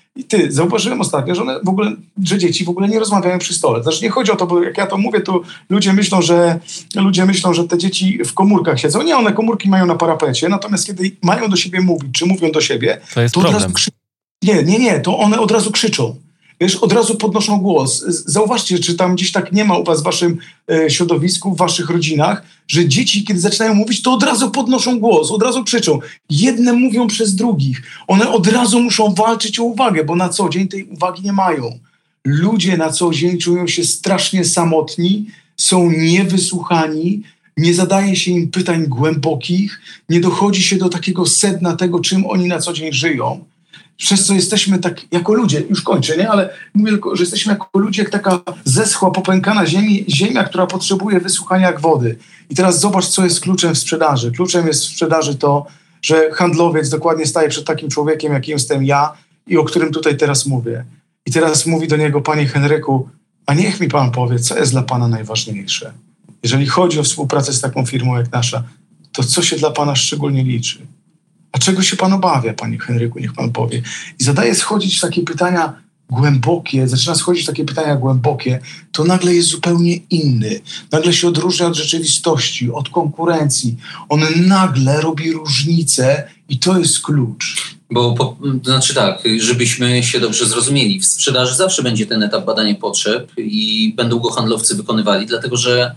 I ty, zauważyłem ostatnio, że one w ogóle, że dzieci w ogóle nie rozmawiają przy stole. Znaczy nie chodzi o to, bo jak ja to mówię, to ludzie myślą, że ludzie myślą, że te dzieci w komórkach siedzą. Nie, one komórki mają na parapecie, natomiast kiedy mają do siebie mówić, czy mówią do siebie, to, jest to od problem. razu krzyczą. Nie, nie, nie, to one od razu krzyczą. Wiesz, od razu podnoszą głos. Zauważcie, czy tam gdzieś tak nie ma u was w waszym e, środowisku, w waszych rodzinach, że dzieci, kiedy zaczynają mówić, to od razu podnoszą głos, od razu krzyczą. Jedne mówią przez drugich. One od razu muszą walczyć o uwagę, bo na co dzień tej uwagi nie mają. Ludzie na co dzień czują się strasznie samotni, są niewysłuchani, nie zadaje się im pytań głębokich, nie dochodzi się do takiego sedna tego, czym oni na co dzień żyją. Przez co jesteśmy tak, jako ludzie, już kończę, nie? Ale mówię tylko, że jesteśmy jako ludzie jak taka zeschła, popękana ziemi, ziemia, która potrzebuje wysłuchania jak wody. I teraz zobacz, co jest kluczem w sprzedaży. Kluczem jest w sprzedaży to, że handlowiec dokładnie staje przed takim człowiekiem, jakim jestem ja i o którym tutaj teraz mówię. I teraz mówi do niego: panie Henryku, a niech mi pan powie, co jest dla pana najważniejsze. Jeżeli chodzi o współpracę z taką firmą jak nasza, to co się dla pana szczególnie liczy? A czego się pan obawia, panie Henryku, niech pan powie. I zadaje schodzić w takie pytania głębokie, zaczyna schodzić w takie pytania głębokie, to nagle jest zupełnie inny. Nagle się odróżnia od rzeczywistości, od konkurencji. On nagle robi różnicę i to jest klucz. Bo, po, to znaczy tak, żebyśmy się dobrze zrozumieli, w sprzedaży zawsze będzie ten etap badania potrzeb i będą go handlowcy wykonywali, dlatego że,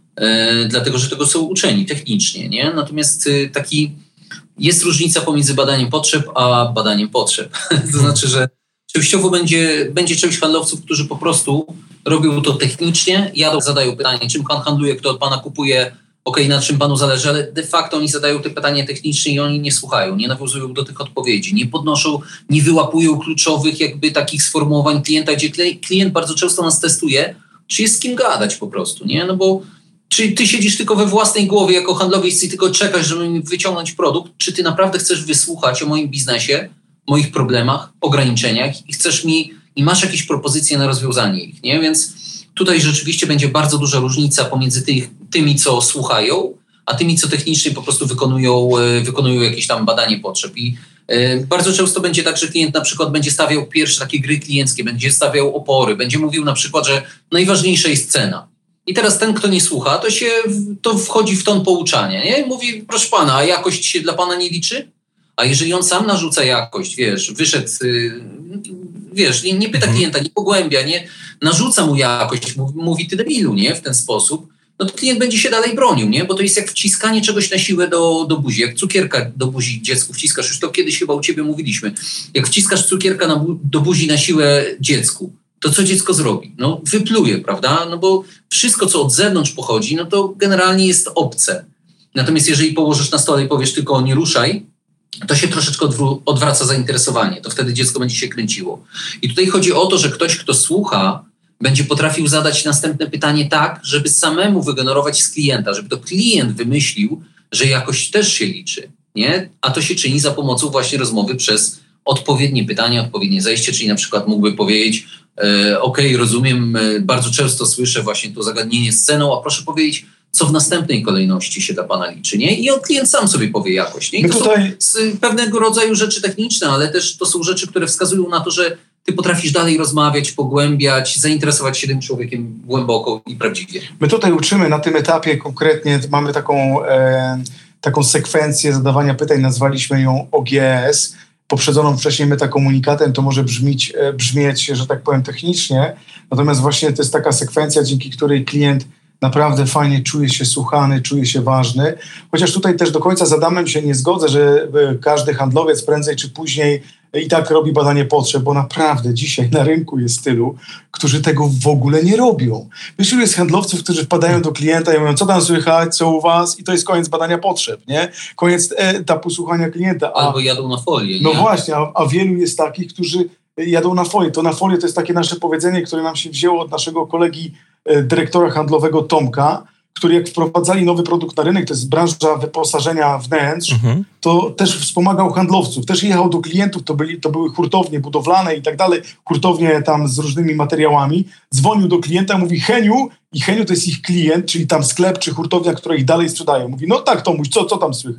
e, dlatego, że tego są uczeni technicznie, nie? Natomiast e, taki jest różnica pomiędzy badaniem potrzeb a badaniem potrzeb. To znaczy, że częściowo będzie, będzie część handlowców, którzy po prostu robią to technicznie, jadą, zadają pytanie, czym pan handluje, kto od pana kupuje, okej, na czym panu zależy, ale de facto oni zadają te pytania techniczne i oni nie słuchają, nie nawiązują do tych odpowiedzi, nie podnoszą, nie wyłapują kluczowych jakby takich sformułowań klienta, gdzie klient bardzo często nas testuje, czy jest z kim gadać po prostu, nie? No bo czy ty siedzisz tylko we własnej głowie jako handlowiec i tylko czekasz, żeby mi wyciągnąć produkt, czy ty naprawdę chcesz wysłuchać o moim biznesie, moich problemach, ograniczeniach i chcesz mi, i masz jakieś propozycje na rozwiązanie ich, nie? Więc tutaj rzeczywiście będzie bardzo duża różnica pomiędzy tych, tymi, co słuchają, a tymi, co technicznie po prostu wykonują, wykonują jakieś tam badanie potrzeb. I y, bardzo często będzie tak, że klient na przykład będzie stawiał pierwsze takie gry klienckie, będzie stawiał opory, będzie mówił na przykład, że najważniejsza jest cena. I teraz ten, kto nie słucha, to się to wchodzi w ton pouczania, nie? I mówi: proszę pana, a jakość się dla pana nie liczy? A jeżeli on sam narzuca jakość, wiesz, wyszedł, yy, wiesz, nie, nie pyta klienta, nie pogłębia, nie narzuca mu jakość, mówi: ty debilu, nie? W ten sposób, no to klient będzie się dalej bronił, nie? Bo to jest jak wciskanie czegoś na siłę do, do buzi, jak cukierka do buzi dziecku wciskasz, już to kiedyś chyba u ciebie mówiliśmy, jak wciskasz cukierka na bu- do buzi na siłę dziecku, to co dziecko zrobi? No wypluje, prawda? No bo wszystko, co od zewnątrz pochodzi, no to generalnie jest obce. Natomiast jeżeli położysz na stole i powiesz tylko nie ruszaj, to się troszeczkę odwró- odwraca zainteresowanie. To wtedy dziecko będzie się kręciło. I tutaj chodzi o to, że ktoś, kto słucha, będzie potrafił zadać następne pytanie tak, żeby samemu wygenerować z klienta, żeby to klient wymyślił, że jakość też się liczy, nie? A to się czyni za pomocą właśnie rozmowy przez odpowiednie pytania, odpowiednie zejście, czyli na przykład mógłby powiedzieć: e, okej, okay, rozumiem, e, bardzo często słyszę właśnie to zagadnienie z ceną, a proszę powiedzieć, co w następnej kolejności się dla pana liczy, nie? I on klient sam sobie powie jakoś, nie? I to tutaj są pewnego rodzaju rzeczy techniczne, ale też to są rzeczy, które wskazują na to, że ty potrafisz dalej rozmawiać, pogłębiać, zainteresować się tym człowiekiem głęboko i prawdziwie. My tutaj uczymy na tym etapie konkretnie, mamy taką, e, taką sekwencję zadawania pytań, nazwaliśmy ją O G S, poprzedzoną wcześniej metakomunikatem, to może brzmieć, brzmieć, że tak powiem, technicznie, natomiast właśnie to jest taka sekwencja, dzięki której klient naprawdę fajnie czuje się słuchany, czuje się ważny. Chociaż tutaj też do końca z Adamem się nie zgodzę, że każdy handlowiec prędzej czy później i tak robi badanie potrzeb, bo naprawdę dzisiaj na rynku jest tylu, którzy tego w ogóle nie robią. Wiesz, ilu jest handlowców, którzy wpadają do klienta i mówią: co tam słychać, co u was? I to jest koniec badania potrzeb, nie? Koniec etapu słuchania klienta. A, Albo jadą na folię. No nie? właśnie, a, a wielu jest takich, którzy jadą na folię. To na folię to jest takie nasze powiedzenie, które nam się wzięło od naszego kolegi e, dyrektora handlowego Tomka, który jak wprowadzali nowy produkt na rynek, to jest branża wyposażenia wnętrz, mhm. to też wspomagał handlowców, też jechał do klientów, to, byli, to były hurtownie budowlane i tak dalej, hurtownie tam z różnymi materiałami, dzwonił do klienta, mówi: Heniu, i Heniu to jest ich klient, czyli tam sklep czy hurtownia, która ich dalej sprzedaje. Mówi: no tak, Tomuś, co, co tam słychać?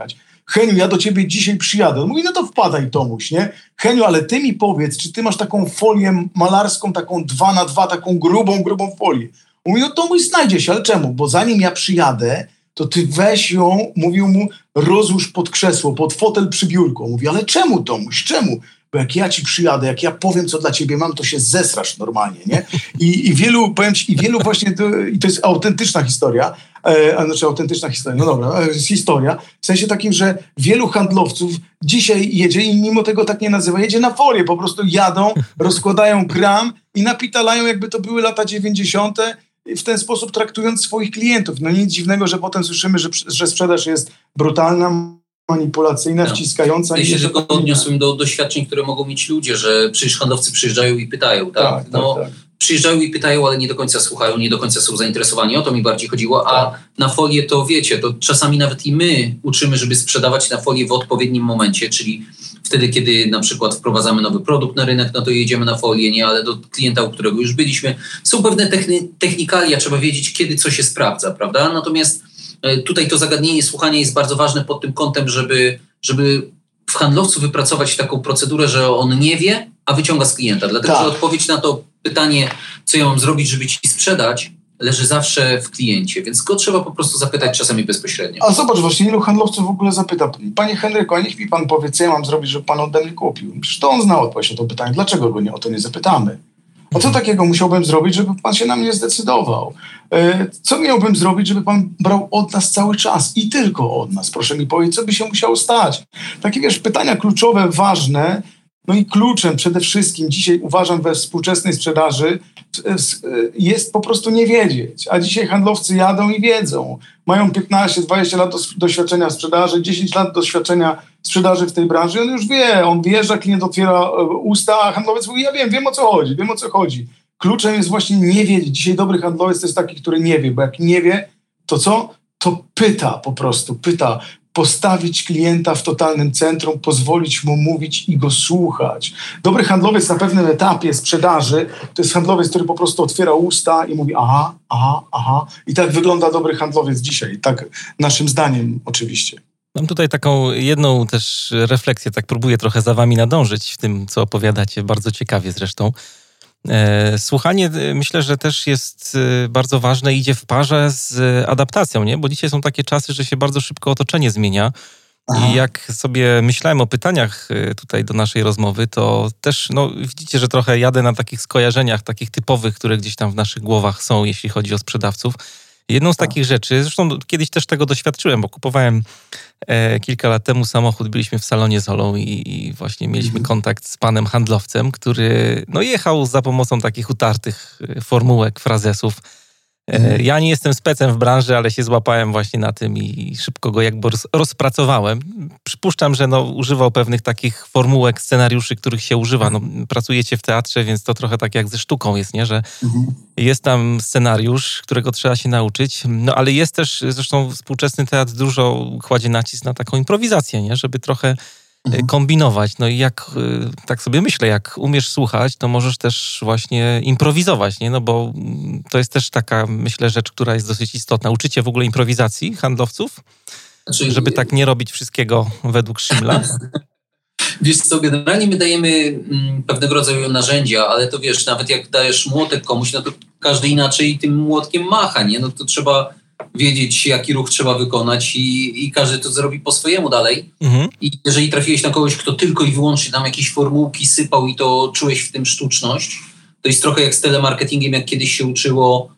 Heniu, ja do ciebie dzisiaj przyjadę. On mówi, no to wpadaj, Tomuś, nie? Heniu, ale ty mi powiedz, czy ty masz taką folię malarską, taką dwa na dwa, taką grubą, grubą folię. On mówi, no Tomuś, znajdzie się, ale czemu? Bo zanim ja przyjadę, to ty weź ją, mówił mu, rozłóż pod krzesło, pod fotel przy biurku. On mówi, ale czemu, Tomuś, czemu? Bo jak ja ci przyjadę, jak ja powiem, co dla ciebie mam, to się zesrasz normalnie, nie? I, i wielu, powiem ci, i wielu właśnie, to, i to jest autentyczna historia, e, znaczy autentyczna historia, no dobra, to jest historia, w sensie takim, że wielu handlowców dzisiaj jedzie i mimo tego tak nie nazywa, jedzie na folię, po prostu jadą, rozkładają kram i napitalają, jakby to były lata dziewięćdziesiąte, w ten sposób traktując swoich klientów. No nic dziwnego, że potem słyszymy, że, że sprzedaż jest brutalna, manipulacyjna, no. wciskająca. Ja się tylko odniosłem do doświadczeń, które mogą mieć ludzie, że przecież handlowcy przyjeżdżają i pytają, tak? tak, no, tak, tak. Przyjeżdżają i pytają, ale nie do końca słuchają, nie do końca są zainteresowani. O to mi bardziej chodziło, a tak. na folię to wiecie, to czasami nawet i my uczymy, żeby sprzedawać na folię w odpowiednim momencie, czyli wtedy, kiedy na przykład wprowadzamy nowy produkt na rynek, no to jedziemy na folię, nie, ale do klienta, u którego już byliśmy. Są pewne techni- technikalia, trzeba wiedzieć, kiedy co się sprawdza, prawda? Natomiast tutaj to zagadnienie słuchania jest bardzo ważne pod tym kątem, żeby, żeby w handlowcu wypracować taką procedurę, że on nie wie, a wyciąga z klienta. Dlatego, tak. że odpowiedź na to pytanie, co ja mam zrobić, żeby ci sprzedać, leży zawsze w kliencie, więc go trzeba po prostu zapytać czasami bezpośrednio. A zobacz, właśnie ilu handlowców w ogóle zapyta, panie Henryku, a niech mi pan powie, co ja mam zrobić, żeby pan ode mnie kupił. Przecież to on zna odpowiedź na to pytanie, dlaczego go nie, o to nie zapytamy? A co takiego musiałbym zrobić, żeby pan się na mnie zdecydował? Co miałbym zrobić, żeby pan brał od nas cały czas i tylko od nas? Proszę mi powiedzieć, co by się musiało stać? Takie, wiesz, pytania kluczowe, ważne. No i kluczem przede wszystkim dzisiaj uważam we współczesnej sprzedaży jest po prostu nie wiedzieć. A dzisiaj handlowcy jadą i wiedzą. Mają piętnaście dwadzieścia lat doświadczenia w sprzedaży, dziesięć lat doświadczenia w sprzedaży w tej branży. On już wie, on wjeżdża, klient otwiera usta, a handlowiec mówi, ja wiem, wiem o co chodzi, wiem o co chodzi. Kluczem jest właśnie nie wiedzieć. Dzisiaj dobry handlowiec to jest taki, który nie wie, bo jak nie wie, to co? To pyta po prostu, pyta. Postawić klienta w totalnym centrum, pozwolić mu mówić i go słuchać. Dobry handlowiec na pewnym etapie sprzedaży to jest handlowiec, który po prostu otwiera usta i mówi aha, aha, aha. I tak wygląda dobry handlowiec dzisiaj. Tak naszym zdaniem oczywiście. Mam tutaj taką jedną też refleksję, tak próbuję trochę za wami nadążyć w tym, co opowiadacie, bardzo ciekawie zresztą. Słuchanie myślę, że też jest bardzo ważne, idzie w parze z adaptacją, nie? Bo dzisiaj są takie czasy, że się bardzo szybko otoczenie zmienia. Aha. I jak sobie myślałem o pytaniach tutaj do naszej rozmowy, to też no, widzicie, że trochę jadę na takich skojarzeniach, takich typowych, które gdzieś tam w naszych głowach są, jeśli chodzi o sprzedawców. Jedną z takich rzeczy, zresztą kiedyś też tego doświadczyłem, bo kupowałem e, kilka lat temu samochód, byliśmy w salonie z Olą i, i właśnie mieliśmy mhm. kontakt z panem handlowcem, który no, jechał za pomocą takich utartych formułek, frazesów. E, ja nie jestem specem w branży, ale się złapałem właśnie na tym i szybko go jakby roz, rozpracowałem. Przypuszczam, że no, używał pewnych takich formułek, scenariuszy, których się używa. No, pracujecie w teatrze, więc to trochę tak jak ze sztuką jest, nie? Że mhm. jest tam scenariusz, którego trzeba się nauczyć, no ale jest też, zresztą współczesny teatr dużo kładzie nacisk na taką improwizację, nie? Żeby trochę mhm. kombinować. No i jak, tak sobie myślę, jak umiesz słuchać, to możesz też właśnie improwizować, nie? No bo to jest też taka, myślę, rzecz, która jest dosyć istotna. Uczycie w ogóle improwizacji handlowców? Znaczy, żeby tak nie robić wszystkiego według Szymla? Wiesz co, generalnie my dajemy mm, pewnego rodzaju narzędzia, ale to wiesz, nawet jak dajesz młotek komuś, no to każdy inaczej tym młotkiem macha, nie? No to trzeba wiedzieć, jaki ruch trzeba wykonać i, i każdy to zrobi po swojemu dalej. Mhm. I jeżeli trafiłeś na kogoś, kto tylko i wyłącznie tam jakieś formułki sypał i to czułeś w tym sztuczność, to jest trochę jak z telemarketingiem, jak kiedyś się uczyło,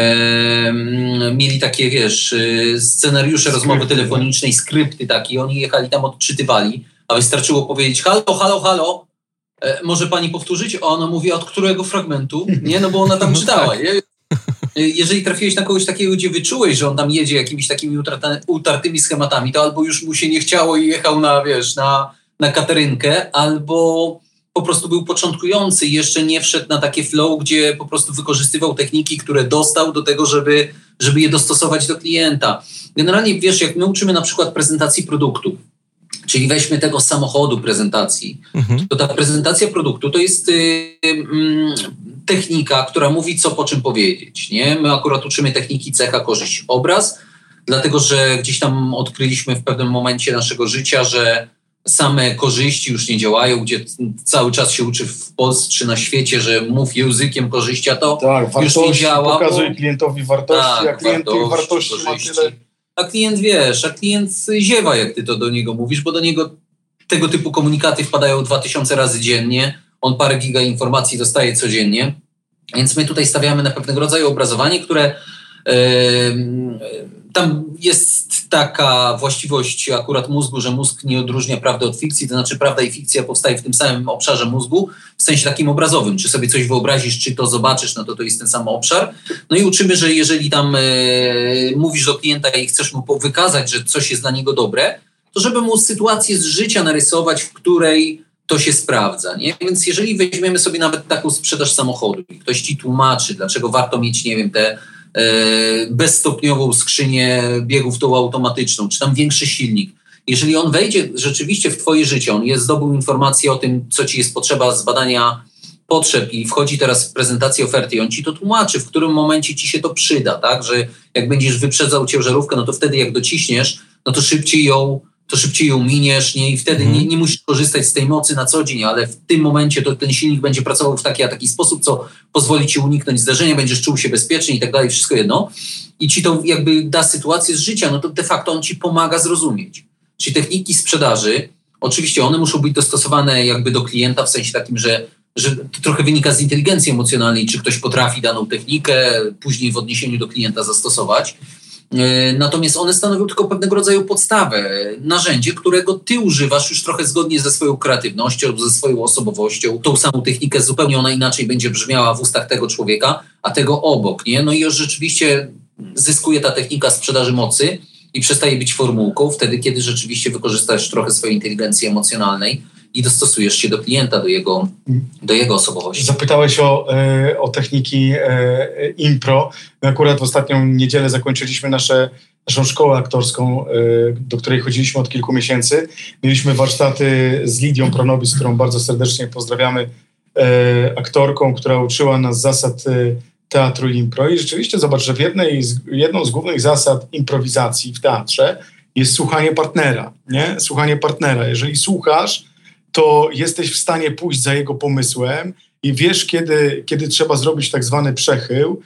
e, mieli takie, wiesz, scenariusze skrypty, rozmowy telefonicznej, skrypty takie, oni jechali tam, odczytywali, a wystarczyło powiedzieć halo, halo, halo, e, może pani powtórzyć? A ona mówi, od którego fragmentu? Nie, no bo ona tam czytała, nie? Jeżeli trafiłeś na kogoś takiego, gdzie wyczułeś, że on tam jedzie jakimiś takimi utarta, utartymi schematami, to albo już mu się nie chciało i jechał na, wiesz, na, na katerynkę, albo po prostu był początkujący i jeszcze nie wszedł na takie flow, gdzie po prostu wykorzystywał techniki, które dostał do tego, żeby, żeby je dostosować do klienta. Generalnie, wiesz, jak my uczymy na przykład prezentacji produktu, czyli weźmy tego samochodu prezentacji, mhm. to ta prezentacja produktu to jest y, y, technika, która mówi co po czym powiedzieć. Nie? My akurat uczymy techniki cecha, korzyść, obraz, dlatego że gdzieś tam odkryliśmy w pewnym momencie naszego życia, że same korzyści już nie działają, gdzie cały czas się uczy w Polsce czy na świecie, że mów językiem korzyści, a to tak, już nie działa. Pokazuj bo... klientowi wartości, tak, a klient tych wartości ma tyle... A klient wiesz, a klient ziewa, jak ty to do niego mówisz, bo do niego tego typu komunikaty wpadają dwa tysiące razy dziennie, on parę giga informacji dostaje codziennie, więc my tutaj stawiamy na pewnego rodzaju obrazowanie, które yy, tam jest taka właściwość akurat mózgu, że mózg nie odróżnia prawdy od fikcji, to znaczy prawda i fikcja powstaje w tym samym obszarze mózgu, w sensie takim obrazowym. Czy sobie coś wyobrazisz, czy to zobaczysz, no to to jest ten sam obszar. No i uczymy, że jeżeli tam e, mówisz do klienta i chcesz mu wykazać, że coś jest dla niego dobre, to żeby mu sytuację z życia narysować, w której to się sprawdza. Nie? Więc jeżeli weźmiemy sobie nawet taką sprzedaż samochodu i ktoś ci tłumaczy, dlaczego warto mieć, nie wiem, te bezstopniową skrzynię biegów tą automatyczną, czy tam większy silnik. Jeżeli on wejdzie rzeczywiście w twoje życie, on jest zdobył informację o tym, co ci jest potrzeba z badania potrzeb i wchodzi teraz w prezentację oferty i on ci to tłumaczy, w którym momencie ci się to przyda, tak, że jak będziesz wyprzedzał ciężarówkę, no to wtedy jak dociśniesz, no to szybciej ją to szybciej ją miniesz, nie? I wtedy mm. nie, nie musisz korzystać z tej mocy na co dzień, ale w tym momencie to ten silnik będzie pracował w taki a taki sposób, co pozwoli ci uniknąć zdarzenia, będziesz czuł się bezpiecznie i tak dalej, wszystko jedno. I ci to jakby da sytuację z życia, no to de facto on ci pomaga zrozumieć. Czyli techniki sprzedaży, oczywiście one muszą być dostosowane jakby do klienta w sensie takim, że, że to trochę wynika z inteligencji emocjonalnej, czy ktoś potrafi daną technikę później w odniesieniu do klienta zastosować. Natomiast one stanowią tylko pewnego rodzaju podstawę, narzędzie, którego ty używasz już trochę zgodnie ze swoją kreatywnością, ze swoją osobowością. Tą samą technikę zupełnie ona inaczej będzie brzmiała w ustach tego człowieka, a tego obok, nie? No i już rzeczywiście zyskuje ta technika sprzedaży mocy i przestaje być formułką wtedy, kiedy rzeczywiście wykorzystasz trochę swojej inteligencji emocjonalnej i dostosujesz się do klienta, do jego, do jego osobowości. Zapytałeś o, o techniki impro. My akurat w ostatnią niedzielę zakończyliśmy nasze, naszą szkołę aktorską, do której chodziliśmy od kilku miesięcy. Mieliśmy warsztaty z Lidią Pronobis, którą bardzo serdecznie pozdrawiamy, aktorką, która uczyła nas zasad teatru impro. I rzeczywiście zobacz, że w jednej z, jedną z głównych zasad improwizacji w teatrze jest słuchanie partnera. Nie? Słuchanie partnera. Jeżeli słuchasz, to jesteś w stanie pójść za jego pomysłem i wiesz, kiedy, kiedy trzeba zrobić tak zwany przechył,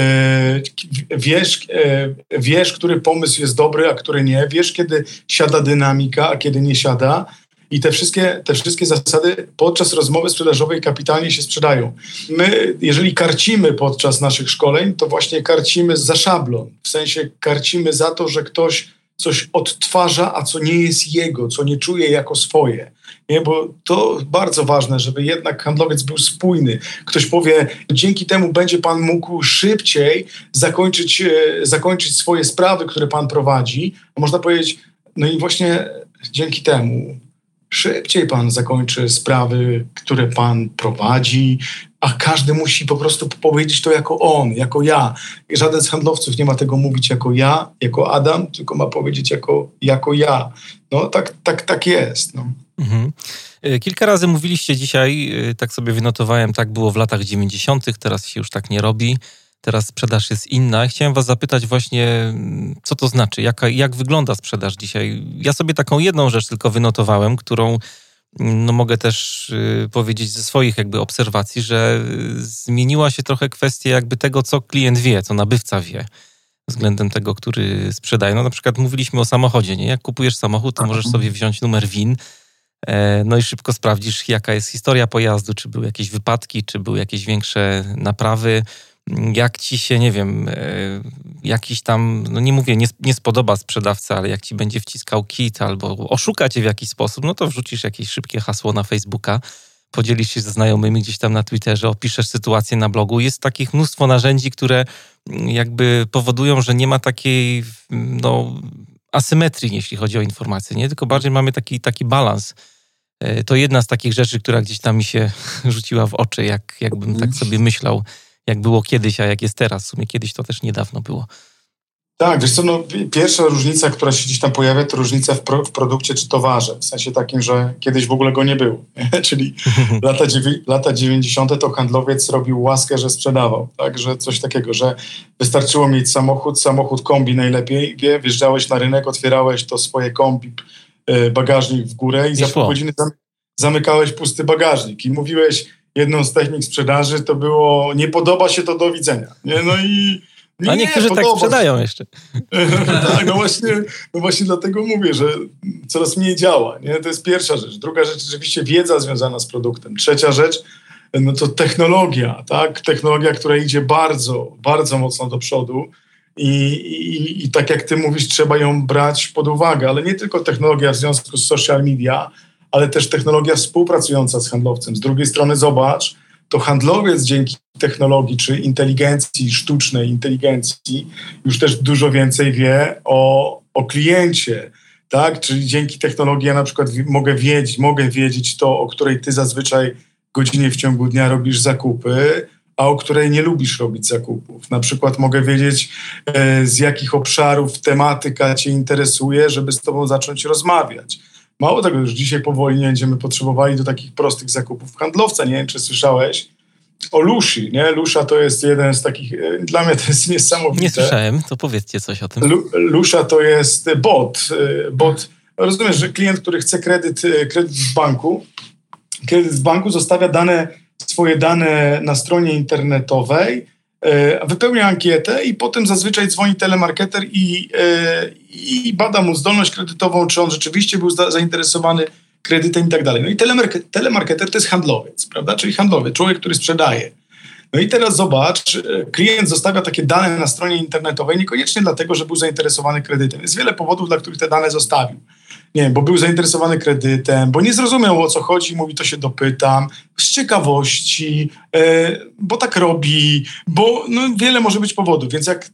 wiesz, wiesz, który pomysł jest dobry, a który nie, wiesz, kiedy siada dynamika, a kiedy nie siada. I te wszystkie, te wszystkie zasady podczas rozmowy sprzedażowej kapitalnie się sprzedają. My, jeżeli karcimy podczas naszych szkoleń, to właśnie karcimy za szablon. W sensie karcimy za to, że ktoś coś odtwarza, a co nie jest jego, co nie czuje jako swoje. Nie? Bo to bardzo ważne, żeby jednak handlowiec był spójny. Ktoś powie, dzięki temu będzie pan mógł szybciej zakończyć, zakończyć swoje sprawy, które pan prowadzi. A można powiedzieć, no i właśnie dzięki temu szybciej pan zakończy sprawy, które pan prowadzi, a każdy musi po prostu powiedzieć to jako on, jako ja. Żaden z handlowców nie ma tego mówić jako ja, jako Adam, tylko ma powiedzieć jako, jako ja. No tak, tak, tak jest. No. Mhm. Kilka razy mówiliście dzisiaj, tak sobie wynotowałem, tak było w latach dziewięćdziesiątych, teraz się już tak nie robi. Teraz sprzedaż jest inna. Chciałem was zapytać właśnie, co to znaczy, jaka, jak wygląda sprzedaż dzisiaj. Ja sobie taką jedną rzecz tylko wynotowałem, którą no, mogę też y, powiedzieć ze swoich jakby obserwacji, że zmieniła się trochę kwestia jakby tego, co klient wie, co nabywca wie względem tego, który sprzedaje. No na przykład mówiliśmy o samochodzie, nie? Jak kupujesz samochód, to możesz sobie wziąć numer V I N, e, no i szybko sprawdzisz, jaka jest historia pojazdu, czy były jakieś wypadki, czy były jakieś większe naprawy, jak ci się, nie wiem, jakiś tam, no nie mówię, nie, nie spodoba sprzedawca, ale jak ci będzie wciskał kit albo oszuka cię w jakiś sposób, no to wrzucisz jakieś szybkie hasło na Facebooka, podzielisz się ze znajomymi gdzieś tam na Twitterze, opiszesz sytuację na blogu. Jest takich mnóstwo narzędzi, które jakby powodują, że nie ma takiej no, asymetrii, jeśli chodzi o informacje, nie? Tylko bardziej mamy taki, taki balans. To jedna z takich rzeczy, która gdzieś tam mi się rzuciła w oczy, jak, jakbym tak sobie myślał, jak było kiedyś, a jak jest teraz. W sumie kiedyś to też niedawno było. Tak, wiesz co, no, pierwsza różnica, która się gdzieś tam pojawia, to różnica w, pro, w produkcie czy towarze. W sensie takim, że kiedyś w ogóle go nie było. Czyli lata, dziewię- lata dziewięćdziesiąte to handlowiec robił łaskę, że sprzedawał. Tak, że coś takiego, że wystarczyło mieć samochód, samochód kombi najlepiej. Wie, wjeżdżałeś na rynek, otwierałeś to swoje kombi, bagażnik w górę i, I za pół godziny zamykałeś pusty bagażnik. I mówiłeś, jedną z technik sprzedaży to było, nie podoba się to, do widzenia. Nie? No i Nie, A niektórzy tak sprzedają jeszcze. Tak, no właśnie, no właśnie dlatego mówię, że coraz mniej działa. Nie? To jest pierwsza rzecz. Druga rzecz, rzeczywiście wiedza związana z produktem. Trzecia rzecz, no to technologia, tak? Technologia, która idzie bardzo, bardzo mocno do przodu i, i, i tak jak ty mówisz, trzeba ją brać pod uwagę, ale nie tylko technologia w związku z social media, ale też technologia współpracująca z handlowcem. Z drugiej strony zobacz, to handlowiec dzięki technologii czy inteligencji, sztucznej inteligencji już też dużo więcej wie o, o kliencie, tak? Czyli dzięki technologii ja na przykład mogę wiedzieć, mogę wiedzieć to, o której ty zazwyczaj godzinie w ciągu dnia robisz zakupy, a o której nie lubisz robić zakupów. Na przykład mogę wiedzieć, e, z jakich obszarów tematyka cię interesuje, żeby z tobą zacząć rozmawiać. Mało tego, już dzisiaj powoli nie będziemy potrzebowali do takich prostych zakupów handlowca. Nie wiem, czy słyszałeś o Lushi, nie? Lusha to jest jeden z takich, dla mnie to jest niesamowite. Nie słyszałem, to powiedzcie coś o tym. Lu, Lusha to jest bot. bot. Rozumiesz, że klient, który chce kredyt, kredyt w banku, kredyt w banku zostawia dane, swoje dane na stronie internetowej, wypełnia ankietę i potem zazwyczaj dzwoni telemarketer i, i bada mu zdolność kredytową, czy on rzeczywiście był zainteresowany kredytem i tak dalej. No i telemark- telemarketer to jest handlowiec, prawda? Czyli handlowiec, człowiek, który sprzedaje. No i teraz zobacz, klient zostawia takie dane na stronie internetowej niekoniecznie dlatego, że był zainteresowany kredytem. Jest wiele powodów, dla których te dane zostawił. Nie wiem, bo był zainteresowany kredytem, bo nie zrozumiał, o co chodzi, mówi, to się dopytam, z ciekawości, e, bo tak robi, bo no, wiele może być powodów. Więc jak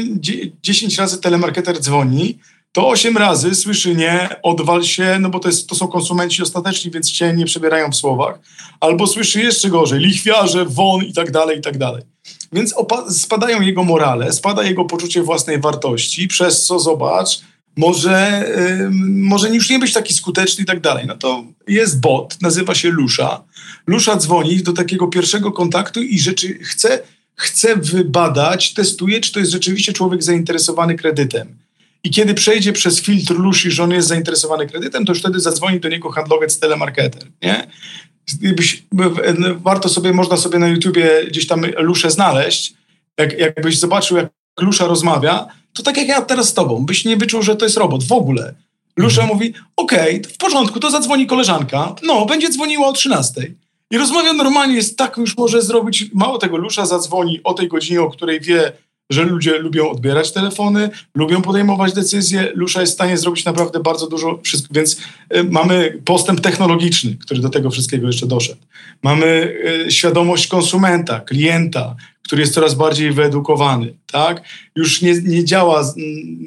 dziesięć razy telemarketer dzwoni, to osiem razy słyszy nie, odwal się, no bo to, jest, to są konsumenci ostateczni, więc cię nie przebierają w słowach. Albo słyszy jeszcze gorzej, lichwiarze, won i tak dalej, i tak dalej. Więc opa- spadają jego morale, spada jego poczucie własnej wartości, przez co zobacz, może, yy, może już nie być taki skuteczny i tak dalej. No to jest bot, nazywa się Lusha. Lusha dzwoni do takiego pierwszego kontaktu i rzeczy chce, chce wybadać, testuje, czy to jest rzeczywiście człowiek zainteresowany kredytem. I kiedy przejdzie przez filtr Lushi, że on jest zainteresowany kredytem, to już wtedy zadzwoni do niego handlowiec telemarketer, nie? Gdybyś, warto sobie, można sobie na YouTubie gdzieś tam Luszę znaleźć. Jak, jakbyś zobaczył, jak Lusha rozmawia, to tak jak ja teraz z tobą, byś nie wyczuł, że to jest robot w ogóle. Lusha mhm. mówi, okej, okay, w porządku, to zadzwoni koleżanka, no, będzie dzwoniła o trzynastej. I rozmawia normalnie, jest tak, już może zrobić, mało tego, Lusha zadzwoni o tej godzinie, o której wie, że ludzie lubią odbierać telefony, lubią podejmować decyzje. Lusha jest w stanie zrobić naprawdę bardzo dużo, wszystko, więc y, mamy postęp technologiczny, który do tego wszystkiego jeszcze doszedł. Mamy y, świadomość konsumenta, klienta, który jest coraz bardziej wyedukowany, tak? Już nie, nie działa, y,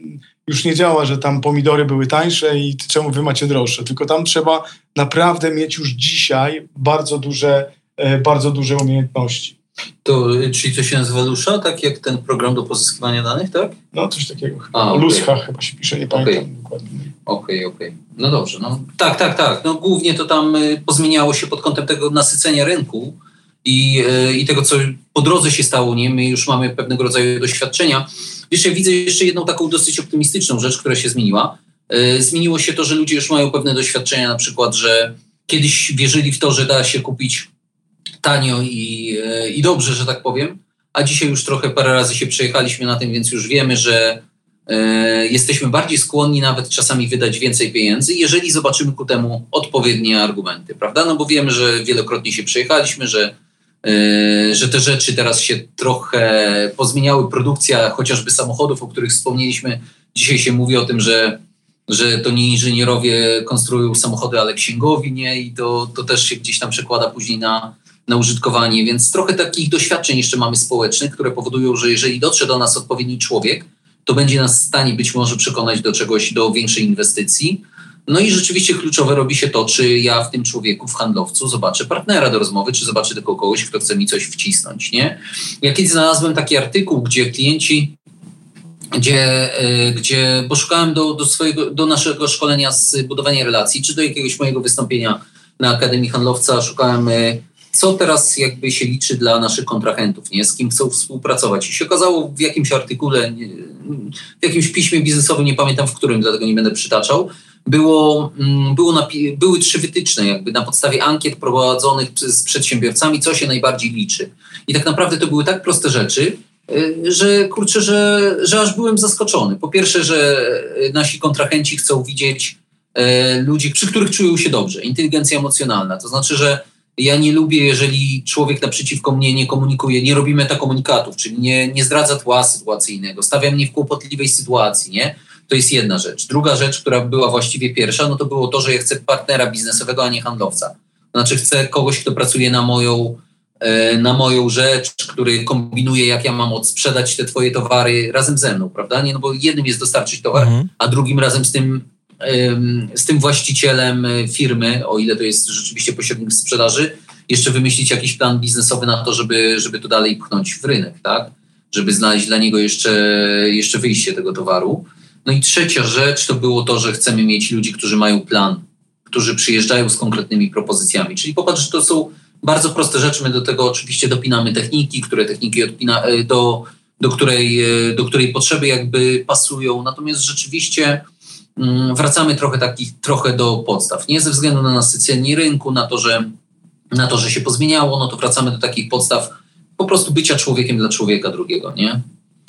już nie działa, że tam pomidory były tańsze i czemu wy macie droższe, tylko tam trzeba naprawdę mieć już dzisiaj bardzo duże, y, bardzo duże umiejętności. To, czyli to się nazywa Lusha, tak jak ten program do pozyskiwania danych, tak? No coś takiego chyba. A, okay. Lusha chyba się pisze, nie pamiętam okay. dokładnie. Okej, okay, okej. Okay. No dobrze. No, tak, tak, tak. No głównie to tam y, pozmieniało się pod kątem tego nasycenia rynku i, y, i tego, co po drodze się stało. Nie? My już mamy pewnego rodzaju doświadczenia. Wiesz, ja widzę jeszcze jedną taką dosyć optymistyczną rzecz, która się zmieniła. Y, zmieniło się to, że ludzie już mają pewne doświadczenia, na przykład, że kiedyś wierzyli w to, że da się kupić tanio i, i dobrze, że tak powiem, a dzisiaj już trochę parę razy się przejechaliśmy na tym, więc już wiemy, że e, jesteśmy bardziej skłonni nawet czasami wydać więcej pieniędzy, jeżeli zobaczymy ku temu odpowiednie argumenty, prawda? No bo wiemy, że wielokrotnie się przejechaliśmy, że, e, że te rzeczy teraz się trochę pozmieniały, produkcja chociażby samochodów, o których wspomnieliśmy. Dzisiaj się mówi o tym, że że to nie inżynierowie konstruują samochody, ale księgowi, nie? I to, to też się gdzieś tam przekłada później na na użytkowanie, więc trochę takich doświadczeń jeszcze mamy społecznych, które powodują, że jeżeli dotrze do nas odpowiedni człowiek, to będzie nas w stanie być może przekonać do czegoś, do większej inwestycji. No i rzeczywiście kluczowe robi się to, czy ja w tym człowieku, w handlowcu zobaczę partnera do rozmowy, czy zobaczę tylko kogoś, kto chce mi coś wcisnąć, nie? Ja kiedyś znalazłem taki artykuł, gdzie klienci gdzie, gdzie bo szukałem do, do, swojego, do naszego szkolenia z budowania relacji, czy do jakiegoś mojego wystąpienia na Akademii Handlowca. Szukałem, co teraz jakby się liczy dla naszych kontrahentów, nie? Z kim chcą współpracować. I się okazało w jakimś artykule, w jakimś piśmie biznesowym, nie pamiętam w którym, dlatego nie będę przytaczał, było, było napi- były trzy wytyczne jakby na podstawie ankiet prowadzonych z przedsiębiorcami, co się najbardziej liczy. I tak naprawdę to były tak proste rzeczy, że kurczę, że, że aż byłem zaskoczony. Po pierwsze, że nasi kontrahenci chcą widzieć e, ludzi, przy których czują się dobrze. Inteligencja emocjonalna. To znaczy, że ja nie lubię, jeżeli człowiek naprzeciwko mnie nie komunikuje, nie robi metakomunikatów, czyli nie, nie zdradza tła sytuacyjnego, stawia mnie w kłopotliwej sytuacji, nie? To jest jedna rzecz. Druga rzecz, która była właściwie pierwsza, no to było to, że ja chcę partnera biznesowego, a nie handlowca. To znaczy chcę kogoś, kto pracuje na moją na moją rzecz, który kombinuje, jak ja mam odsprzedać te twoje towary razem ze mną, prawda? Nie, no bo jednym jest dostarczyć towar, mhm. a drugim razem z tym, z tym właścicielem firmy, o ile to jest rzeczywiście pośrednik sprzedaży, jeszcze wymyślić jakiś plan biznesowy na to, żeby, żeby to dalej pchnąć w rynek, tak? Żeby znaleźć dla niego jeszcze, jeszcze wyjście tego towaru. No i trzecia rzecz to było to, że chcemy mieć ludzi, którzy mają plan, którzy przyjeżdżają z konkretnymi propozycjami. Czyli popatrz, że to są bardzo proste rzeczy. My do tego oczywiście dopinamy techniki, które techniki odpina, do, do, której, do której potrzeby jakby pasują. Natomiast rzeczywiście mm, wracamy trochę takich, trochę do podstaw. Nie ze względu na nasycenie rynku, na to, że, na to, że się pozmieniało, no to wracamy do takich podstaw po prostu bycia człowiekiem dla człowieka drugiego, nie?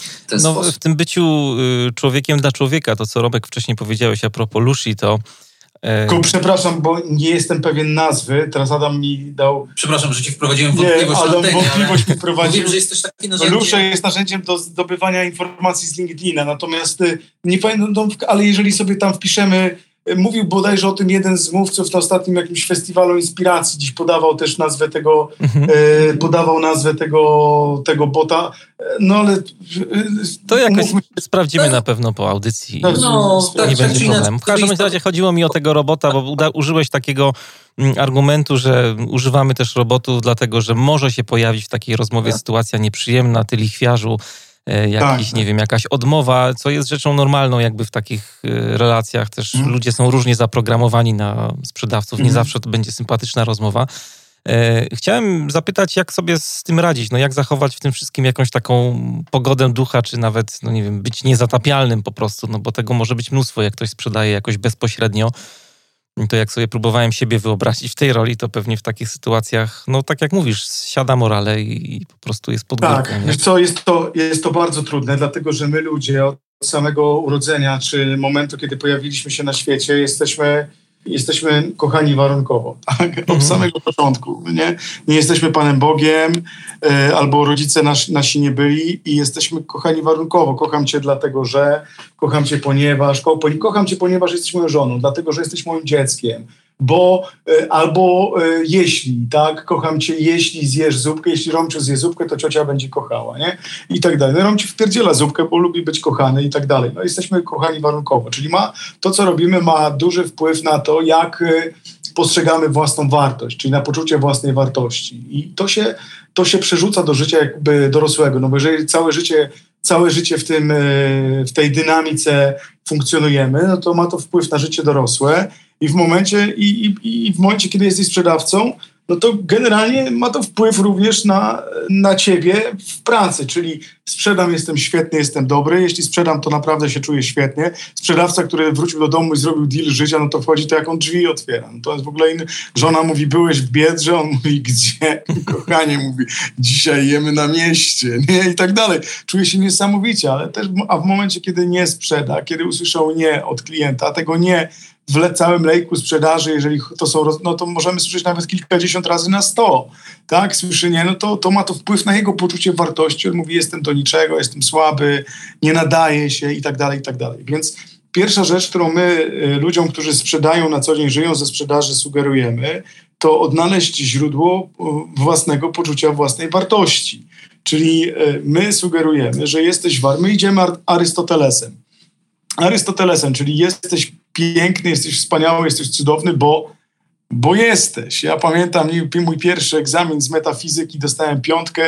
W no, w tym byciu y, człowiekiem dla człowieka, to co Romek wcześniej powiedziałeś a propos Lushi, to Tylko przepraszam, bo nie jestem pewien nazwy. Teraz Adam mi dał... Przepraszam, że ci wprowadziłem wątpliwość. Nie, Adam antenie, wątpliwość mi wprowadził. Wiem, że jest też takie narzędzie. Lusha jest narzędziem do zdobywania informacji z LinkedIna. Natomiast nie pamiętam, ale jeżeli sobie tam wpiszemy... Mówił bodajże o tym jeden z mówców na ostatnim jakimś festiwalu inspiracji. Dziś podawał też nazwę tego, mhm. e, podawał nazwę tego, tego bota. No ale... E, to jakoś umówmy... sprawdzimy na pewno po audycji. No, no tak, nie tak, będzie tak, problemu. W każdym razie chodziło mi o tego robota, bo uda, użyłeś takiego argumentu, że używamy też robotów dlatego, że może się pojawić w takiej rozmowie tak. sytuacja nieprzyjemna, ty lichwiarzu, jakiś, tak, nie wiem, jakaś odmowa, co jest rzeczą normalną jakby w takich relacjach. Też mm. ludzie są różnie zaprogramowani na sprzedawców. Nie mm. zawsze to będzie sympatyczna rozmowa. E, chciałem zapytać, jak sobie z tym radzić? No jak zachować w tym wszystkim jakąś taką pogodę ducha, czy nawet, no nie wiem, być niezatapialnym po prostu, no bo tego może być mnóstwo, jak ktoś sprzedaje jakoś bezpośrednio. To jak sobie próbowałem siebie wyobrazić w tej roli, to pewnie w takich sytuacjach, no tak jak mówisz, siada morale i, i po prostu jest pod górką. Tak, wiesz co, jest to, jest to bardzo trudne, dlatego że my ludzie od samego urodzenia, czy momentu, kiedy pojawiliśmy się na świecie, jesteśmy, jesteśmy kochani warunkowo, tak? Od mhm. samego początku, nie? Nie jesteśmy Panem Bogiem, y, albo rodzice nas, nasi nie byli i jesteśmy kochani warunkowo. Kocham Cię dlatego, że, kocham Cię ponieważ, ko, kocham Cię ponieważ jesteś moją żoną, dlatego, że jesteś moim dzieckiem, bo y, albo y, jeśli, tak, kocham Cię, jeśli zjesz zupkę, jeśli Romciu zje zupkę, to ciocia będzie kochała, nie? I tak dalej. No Romciu wpierdziela zupkę, bo lubi być kochany i tak dalej. No jesteśmy kochani warunkowo, czyli ma, to, co robimy, ma duży wpływ na to, jak y, postrzegamy własną wartość, czyli na poczucie własnej wartości. I to się, to się przerzuca do życia jakby dorosłego, no bo jeżeli całe życie, całe życie w tym, y, w tej dynamice funkcjonujemy, no to ma to wpływ na życie dorosłe. I w momencie, i, i, i w momencie, kiedy jesteś sprzedawcą, no to generalnie ma to wpływ również na, na ciebie w pracy, czyli sprzedam, jestem świetny, jestem dobry, jeśli sprzedam, to naprawdę się czuję świetnie. Sprzedawca, który wrócił do domu i zrobił deal życia, no to wchodzi, to jak on drzwi otwiera. No to jest w ogóle inny. Żona mówi, byłeś w Biedrze, on mówi, gdzie? Kochanie, mówi, dzisiaj jemy na mieście, nie? I tak dalej. Czuje się niesamowicie, ale też, a w momencie, kiedy nie sprzeda, kiedy usłyszał nie od klienta, tego nie w całym lejku sprzedaży, jeżeli to są, no to możemy słyszeć nawet kilkadziesiąt razy na sto, tak? Słyszy nie, no to, to ma to wpływ na jego poczucie wartości. On mówi, jestem do niczego, jestem słaby, nie nadaje się i tak dalej, i tak dalej. Więc pierwsza rzecz, którą my ludziom, którzy sprzedają na co dzień, żyją ze sprzedaży, sugerujemy, to odnaleźć źródło własnego poczucia własnej wartości. Czyli my sugerujemy, że jesteś war... My idziemy Arystotelesem. Arystotelesem, czyli jesteś piękny, jesteś wspaniały, jesteś cudowny, bo, bo jesteś. Ja pamiętam mój pierwszy egzamin z metafizyki, dostałem piątkę,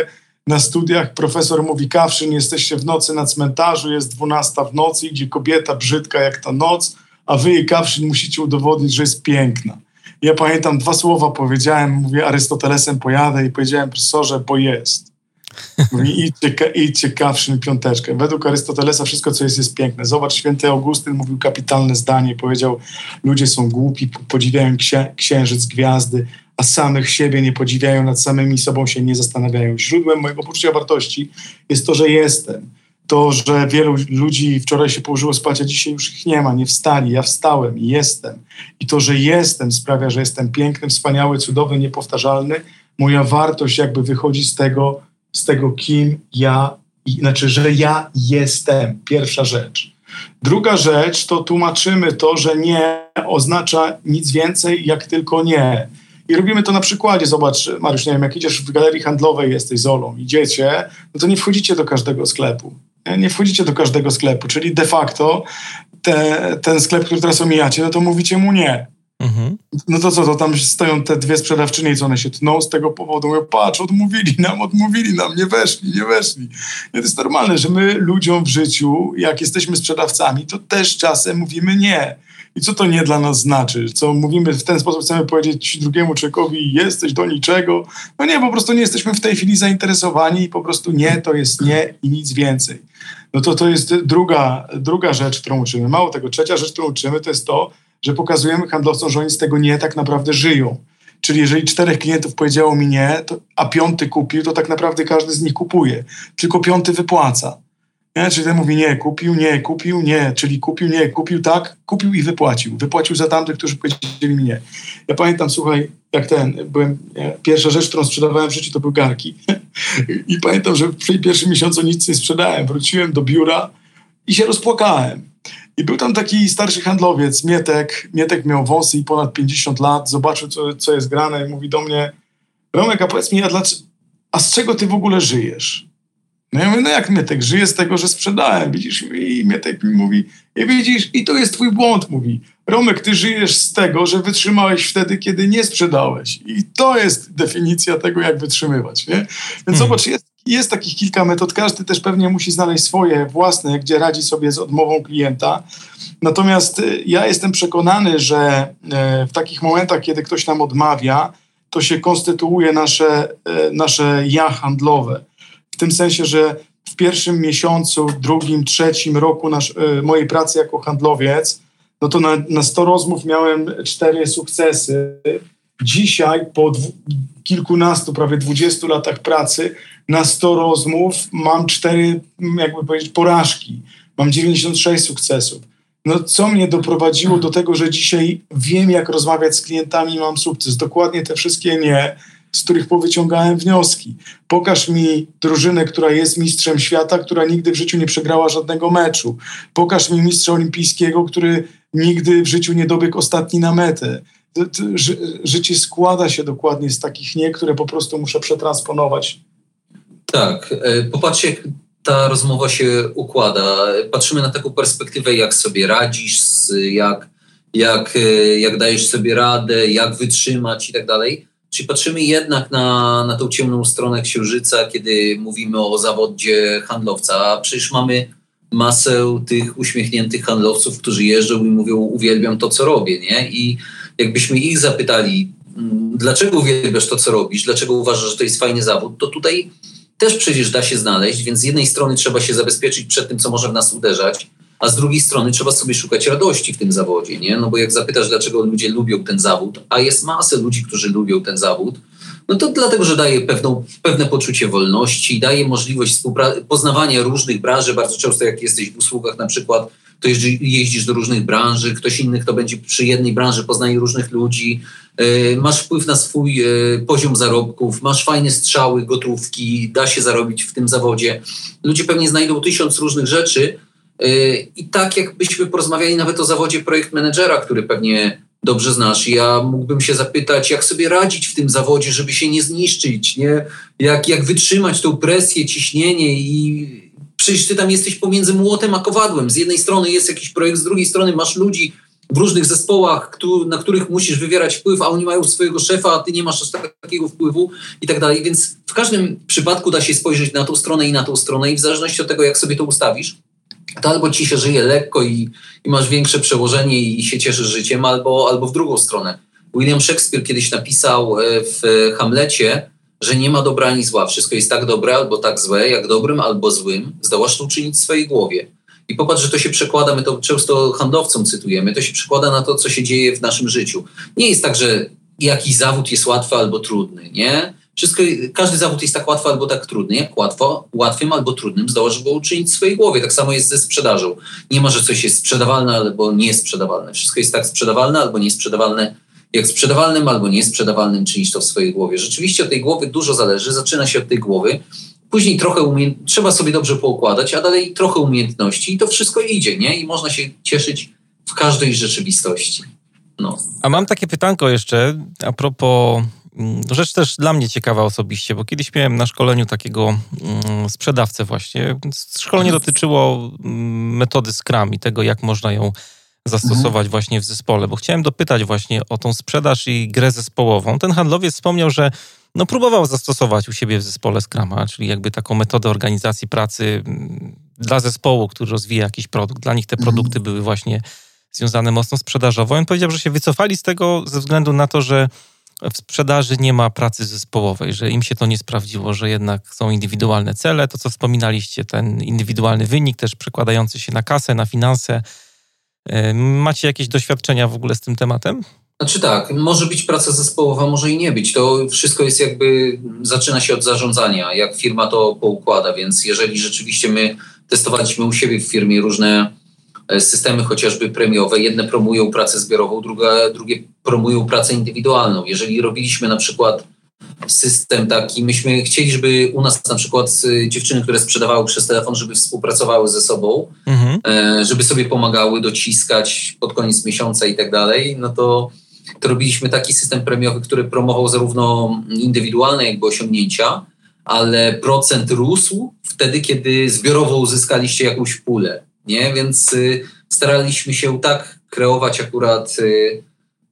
na studiach profesor mówi: Kawszyn, jesteście w nocy na cmentarzu, jest dwunasta w nocy, idzie kobieta brzydka jak ta noc, a wy, Kawszyn, musicie udowodnić, że jest piękna. Ja pamiętam, dwa słowa powiedziałem, mówię, Arystotelesem pojadę i powiedziałem: profesorze, bo jest. Mówi: idźcie, idźcie Kawszyn, piąteczkę. Według Arystotelesa wszystko, co jest, jest piękne. Zobacz, święty Augustyn mówił kapitalne zdanie, powiedział: ludzie są głupi, podziwiają księ- księżyc, gwiazdy, a samych siebie nie podziwiają, nad samymi sobą się nie zastanawiają. Źródłem mojego poczucia wartości jest to, że jestem. To, że wielu ludzi wczoraj się położyło spać, a dzisiaj już ich nie ma, nie wstali. Ja wstałem i jestem. I to, że jestem, sprawia, że jestem piękny, wspaniały, cudowny, niepowtarzalny. Moja wartość jakby wychodzi z tego, z tego kim ja, znaczy, że ja jestem. Pierwsza rzecz. Druga rzecz to tłumaczymy to, że nie oznacza nic więcej jak tylko nie. I robimy to na przykładzie. Zobacz, Mariusz, nie wiem, jak idziesz w galerii handlowej, jesteś z Olą, idziecie, no to nie wchodzicie do każdego sklepu. Nie, nie wchodzicie do każdego sklepu, czyli de facto te, ten sklep, który teraz omijacie, no to mówicie mu nie. Mhm. No to co, to tam stoją te dwie sprzedawczynie i co, one się tną z tego powodu. Mówią: patrz, odmówili nam, odmówili nam, nie weszli, nie weszli. Nie, to jest normalne, że my ludziom w życiu, jak jesteśmy sprzedawcami, to też czasem mówimy nie. I co to nie dla nas znaczy? Co mówimy w ten sposób, chcemy powiedzieć drugiemu człowiekowi: jesteś do niczego? No nie, po prostu nie jesteśmy w tej chwili zainteresowani i po prostu nie, to jest nie i nic więcej. No to to jest druga, druga rzecz, którą uczymy. Mało tego, trzecia rzecz, którą uczymy, to jest to, że pokazujemy handlowcom, że oni z tego nie tak naprawdę żyją. Czyli jeżeli czterech klientów powiedziało mi nie, to, a piąty kupił, to tak naprawdę każdy z nich kupuje. Tylko piąty wypłaca. Nie? Czyli ten mówi: nie, kupił, nie, kupił, nie, czyli kupił, nie, kupił, tak, kupił i wypłacił. Wypłacił za tamtych, którzy powiedzieli mi nie. Ja pamiętam, słuchaj, jak ten, byłem, nie, pierwsza rzecz, którą sprzedawałem w życiu, to były garki. I pamiętam, że w pierwszym miesiącu nic nie sprzedałem. Wróciłem do biura i się rozpłakałem. I był tam taki starszy handlowiec, Mietek. Mietek miał wąsy i ponad pięćdziesiąt lat. Zobaczył, co, co jest grane i mówi do mnie: Romek, a powiedz mi, a, dlaczego, a z czego ty w ogóle żyjesz? No ja mówię: no jak, Mietek, żyję z tego, że sprzedałem, widzisz? I Mietek mi mówi: i widzisz, i to jest twój błąd, mówi. Romek, ty żyjesz z tego, że wytrzymałeś wtedy, kiedy nie sprzedałeś. I to jest definicja tego, jak wytrzymywać, nie? Więc hmm. zobacz, jest, jest takich kilka metod, każdy też pewnie musi znaleźć swoje własne, gdzie radzi sobie z odmową klienta. Natomiast ja jestem przekonany, że w takich momentach, kiedy ktoś nam odmawia, to się konstytuuje nasze, nasze ja handlowe. W tym sensie, że w pierwszym miesiącu, drugim, trzecim roku nasz, y, mojej pracy jako handlowiec, no to na, na sto rozmów miałem cztery sukcesy. Dzisiaj, po dwu, kilkunastu, prawie dwudziestu latach pracy, na sto rozmów mam cztery, jakby powiedzieć, porażki. Mam dziewięćdziesiąt sześć sukcesów. No co mnie doprowadziło do tego, że dzisiaj wiem, jak rozmawiać z klientami i mam sukces. Dokładnie te wszystkie nie, z których powyciągałem wnioski. Pokaż mi drużynę, która jest mistrzem świata, która nigdy w życiu nie przegrała żadnego meczu. Pokaż mi mistrza olimpijskiego, który nigdy w życiu nie dobiegł ostatni na metę. Ży- życie składa się dokładnie z takich nie, które po prostu muszę przetransponować. Tak, popatrzcie, jak ta rozmowa się układa. Patrzymy na taką perspektywę, jak sobie radzisz, jak, jak, jak dajesz sobie radę, jak wytrzymać i tak dalej. Czyli patrzymy jednak na, na tą ciemną stronę księżyca, kiedy mówimy o zawodzie handlowca. A przecież mamy masę tych uśmiechniętych handlowców, którzy jeżdżą i mówią: uwielbiam to, co robię, nie? I jakbyśmy ich zapytali, dlaczego uwielbiasz to, co robisz, dlaczego uważasz, że to jest fajny zawód, to tutaj też przecież da się znaleźć, więc z jednej strony trzeba się zabezpieczyć przed tym, co może w nas uderzać, a z drugiej strony trzeba sobie szukać radości w tym zawodzie, nie? No bo jak zapytasz, dlaczego ludzie lubią ten zawód, a jest masę ludzi, którzy lubią ten zawód, no to dlatego, że daje pewną, pewne poczucie wolności, daje możliwość współpra- poznawania różnych branży. Bardzo często jak jesteś w usługach na przykład, to jeździ, jeździsz do różnych branży, ktoś inny, kto będzie przy jednej branży, poznaje różnych ludzi, yy, masz wpływ na swój yy, poziom zarobków, masz fajne strzały, gotówki, da się zarobić w tym zawodzie. Ludzie pewnie znajdą tysiąc różnych rzeczy, i tak jakbyśmy porozmawiali nawet o zawodzie projekt menedżera, który pewnie dobrze znasz. Ja mógłbym się zapytać, jak sobie radzić w tym zawodzie, żeby się nie zniszczyć, nie? Jak, jak wytrzymać tą presję, ciśnienie i przecież ty tam jesteś pomiędzy młotem a kowadłem. Z jednej strony jest jakiś projekt, z drugiej strony masz ludzi w różnych zespołach, na których musisz wywierać wpływ, a oni mają swojego szefa, a ty nie masz aż takiego wpływu i tak dalej. Więc w każdym przypadku da się spojrzeć na tą stronę i na tą stronę i w zależności od tego, jak sobie to ustawisz, to albo ci się żyje lekko i, i masz większe przełożenie i się cieszysz życiem, albo, albo w drugą stronę. William Shakespeare kiedyś napisał w Hamlecie, że nie ma dobra ani zła. Wszystko jest tak dobre albo tak złe, jak dobrym albo złym zdołasz to uczynić w swojej głowie. I popatrz, że to się przekłada, my to często handlowcom cytujemy, to się przekłada na to, co się dzieje w naszym życiu. Nie jest tak, że jakiś zawód jest łatwy albo trudny, nie? Wszystko, każdy zawód jest tak łatwy albo tak trudny, jak łatwo, łatwym albo trudnym zdołasz go uczynić w swojej głowie. Tak samo jest ze sprzedażą. Nie ma, że coś jest sprzedawalne albo niesprzedawalne. Wszystko jest tak sprzedawalne albo niesprzedawalne, jak sprzedawalnym albo niesprzedawalnym czynić to w swojej głowie. Rzeczywiście od tej głowy dużo zależy, zaczyna się od tej głowy, później trochę umie... trzeba sobie dobrze poukładać, a dalej trochę umiejętności i to wszystko idzie, nie? I można się cieszyć w każdej rzeczywistości. No. A mam takie pytanko jeszcze a propos, rzecz też dla mnie ciekawa osobiście, bo kiedyś miałem na szkoleniu takiego mm, sprzedawcę właśnie. Szkolenie dotyczyło metody Scrum i tego, jak można ją zastosować mhm. właśnie w zespole, bo chciałem dopytać właśnie o tą sprzedaż i grę zespołową. Ten handlowiec wspomniał, że no próbował zastosować u siebie w zespole Scruma, czyli jakby taką metodę organizacji pracy dla zespołu, który rozwija jakiś produkt. Dla nich te produkty były właśnie związane mocno sprzedażowo. On powiedział, że się wycofali z tego ze względu na to, że w sprzedaży nie ma pracy zespołowej, że im się to nie sprawdziło, że jednak są indywidualne cele, to co wspominaliście, ten indywidualny wynik też przekładający się na kasę, na finanse. Macie jakieś doświadczenia w ogóle z tym tematem? Znaczy tak, może być praca zespołowa, może i nie być. To wszystko jest jakby, zaczyna się od zarządzania, jak firma to poukłada, więc jeżeli rzeczywiście my testowaliśmy u siebie w firmie różne systemy chociażby premiowe, jedne promują pracę zbiorową, druga, drugie promują pracę indywidualną. Jeżeli robiliśmy na przykład system taki, myśmy chcieli, żeby u nas na przykład dziewczyny, które sprzedawały przez telefon, żeby współpracowały ze sobą, mhm. żeby sobie pomagały dociskać pod koniec miesiąca i tak dalej, no to, to robiliśmy taki system premiowy, który promował zarówno indywidualne jakby osiągnięcia, ale procent rósł wtedy, kiedy zbiorowo uzyskaliście jakąś pulę, nie? Więc y, staraliśmy się tak kreować akurat y,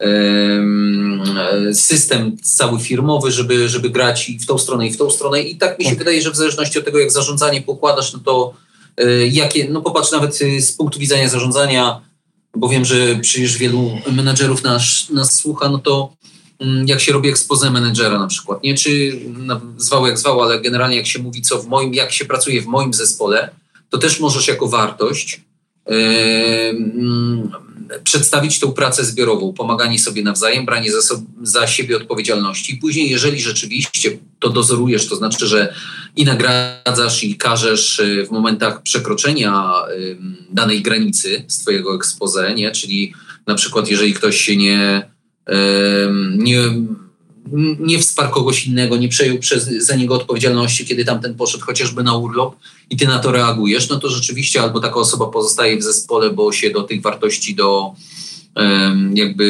system cały firmowy, żeby, żeby grać i w tą stronę i w tą stronę i tak mi się wydaje, że w zależności od tego, jak zarządzanie pokładasz, no to y, jakie, no popatrz nawet y, z punktu widzenia zarządzania, bo wiem, że przecież wielu menedżerów nas, nas słucha, no to y, jak się robi expose menedżera na przykład, nie, czy no, zwał jak zwał, ale generalnie jak się mówi, co w moim, jak się pracuje w moim zespole, to też możesz jako wartość yy, yy, przedstawić tą pracę zbiorową, pomaganie sobie nawzajem, branie za, so, za siebie odpowiedzialności. Później, jeżeli rzeczywiście to dozorujesz, to znaczy, że i nagradzasz, i karzesz w momentach przekroczenia yy, danej granicy z twojego expose, nie? Czyli na przykład, jeżeli ktoś się nie, yy, nie nie wsparł kogoś innego, nie przejął przez, za niego odpowiedzialności, kiedy tamten poszedł chociażby na urlop i ty na to reagujesz, no to rzeczywiście albo taka osoba pozostaje w zespole, bo się do tych wartości, do um, jakby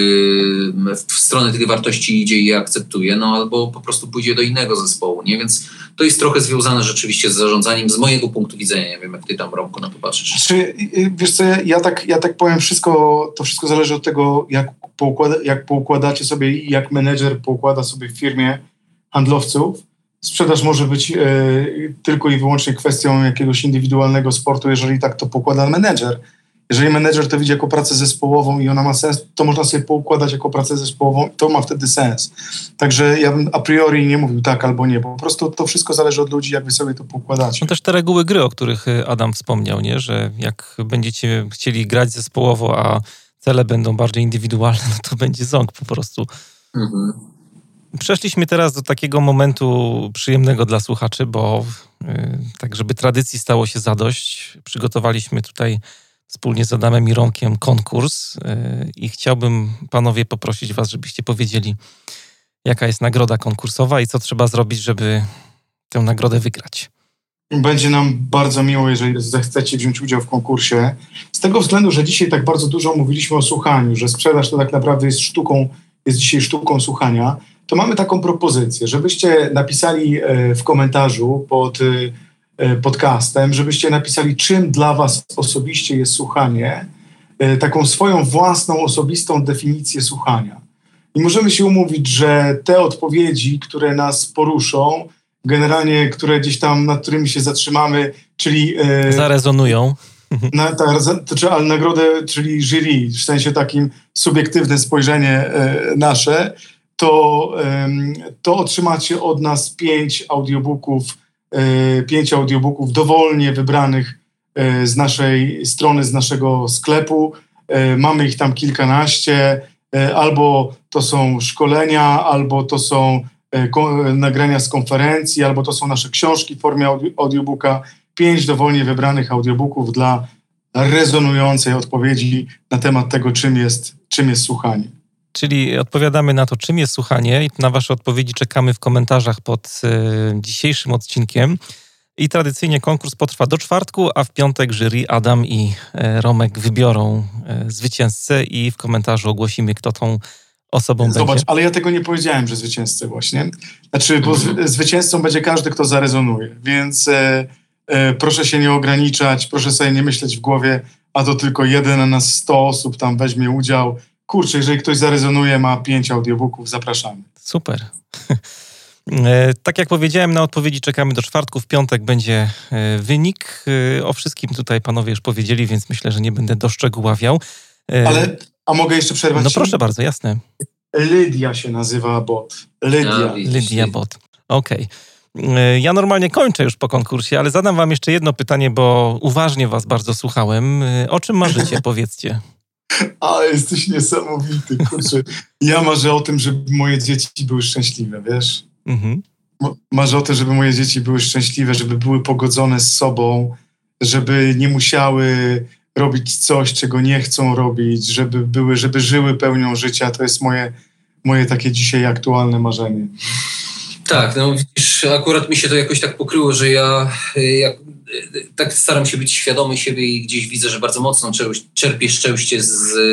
w stronę tych wartości idzie i je akceptuje, no albo po prostu pójdzie do innego zespołu, nie? Więc to jest trochę związane rzeczywiście z zarządzaniem, z mojego punktu widzenia. Nie wiem, jak ty tam, Romku, na to patrzysz. Czy, wiesz co, ja tak, ja tak powiem, wszystko, to wszystko zależy od tego, jak, poukłada, jak poukładacie sobie i jak menedżer poukłada sobie w firmie handlowców. Sprzedaż może być e, tylko i wyłącznie kwestią jakiegoś indywidualnego sportu, jeżeli tak to poukłada menedżer. Jeżeli menedżer to widzi jako pracę zespołową i ona ma sens, to można sobie poukładać jako pracę zespołową i to ma wtedy sens. Także ja bym a priori nie mówił tak albo nie, bo po prostu to wszystko zależy od ludzi, jak wy sobie to poukładacie. Są też te reguły gry, o których Adam wspomniał, nie? Że jak będziecie chcieli grać zespołowo, a cele będą bardziej indywidualne, no to będzie ząg po prostu. Mhm. Przeszliśmy teraz do takiego momentu przyjemnego dla słuchaczy, bo yy, tak, żeby tradycji stało się zadość, przygotowaliśmy tutaj wspólnie z Adamem i Romkiem konkurs yy, i chciałbym, panowie, poprosić was, żebyście powiedzieli, jaka jest nagroda konkursowa i co trzeba zrobić, żeby tę nagrodę wygrać. Będzie nam bardzo miło, jeżeli zechcecie wziąć udział w konkursie. Z tego względu, że dzisiaj tak bardzo dużo mówiliśmy o słuchaniu, że sprzedaż to tak naprawdę jest sztuką, jest dzisiaj sztuką słuchania, to mamy taką propozycję, żebyście napisali w komentarzu pod podcastem, żebyście napisali, czym dla was osobiście jest słuchanie taką swoją własną, osobistą definicję słuchania. I możemy się umówić, że te odpowiedzi, które nas poruszą, generalnie, które gdzieś tam, nad którymi się zatrzymamy, czyli... E, Zarezonują. Na, ta, to, ale nagrodę, czyli jury, w sensie takim subiektywne spojrzenie e, nasze, to, e, to otrzymacie od nas pięć audiobooków, e, pięć audiobooków dowolnie wybranych e, z naszej strony, z naszego sklepu. E, mamy ich tam kilkanaście, e, albo to są szkolenia, albo to są e, ko, nagrania z konferencji, albo to są nasze książki w formie audio, audiobooka. Pięć dowolnie wybranych audiobooków dla rezonującej odpowiedzi na temat tego, czym jest, czym jest słuchanie. Czyli odpowiadamy na to, czym jest słuchanie i na wasze odpowiedzi czekamy w komentarzach pod y, dzisiejszym odcinkiem. I tradycyjnie konkurs potrwa do czwartku, a w piątek jury Adam i y, Romek wybiorą y, zwycięzcę i w komentarzu ogłosimy, kto tą osobą Zobacz, będzie. Zobacz, ale ja tego nie powiedziałem, że zwycięzcę właśnie. Znaczy, bo z, zwycięzcą będzie każdy, kto zarezonuje, więc... Y, Proszę się nie ograniczać, proszę sobie nie myśleć w głowie, a to tylko jeden na sto osób tam weźmie udział. Kurczę, jeżeli ktoś zarezonuje, ma pięć audiobooków, zapraszamy. Super. Tak jak powiedziałem, na odpowiedzi czekamy do czwartku, w piątek będzie wynik. O wszystkim tutaj panowie już powiedzieli, więc myślę, że nie będę doszczegóławiał. Ale, a mogę jeszcze przerwać? No proszę bardzo, jasne. Lydia się nazywa bot. Lydia. Lydia bot, okej. Okay. Ja normalnie kończę już po konkursie, ale zadam wam jeszcze jedno pytanie, bo uważnie was bardzo słuchałem. O czym marzycie, powiedzcie? A, jesteś niesamowity, kurczę. Ja marzę o tym, żeby moje dzieci były szczęśliwe, wiesz? Mhm. Marzę o tym, żeby moje dzieci były szczęśliwe, żeby były pogodzone z sobą, żeby nie musiały robić coś, czego nie chcą robić, żeby były, żeby żyły pełnią życia. To jest moje, moje takie dzisiaj aktualne marzenie. Tak, no widzisz, akurat mi się to jakoś tak pokryło, że ja, ja tak staram się być świadomy siebie i gdzieś widzę, że bardzo mocno czerpię szczęście z,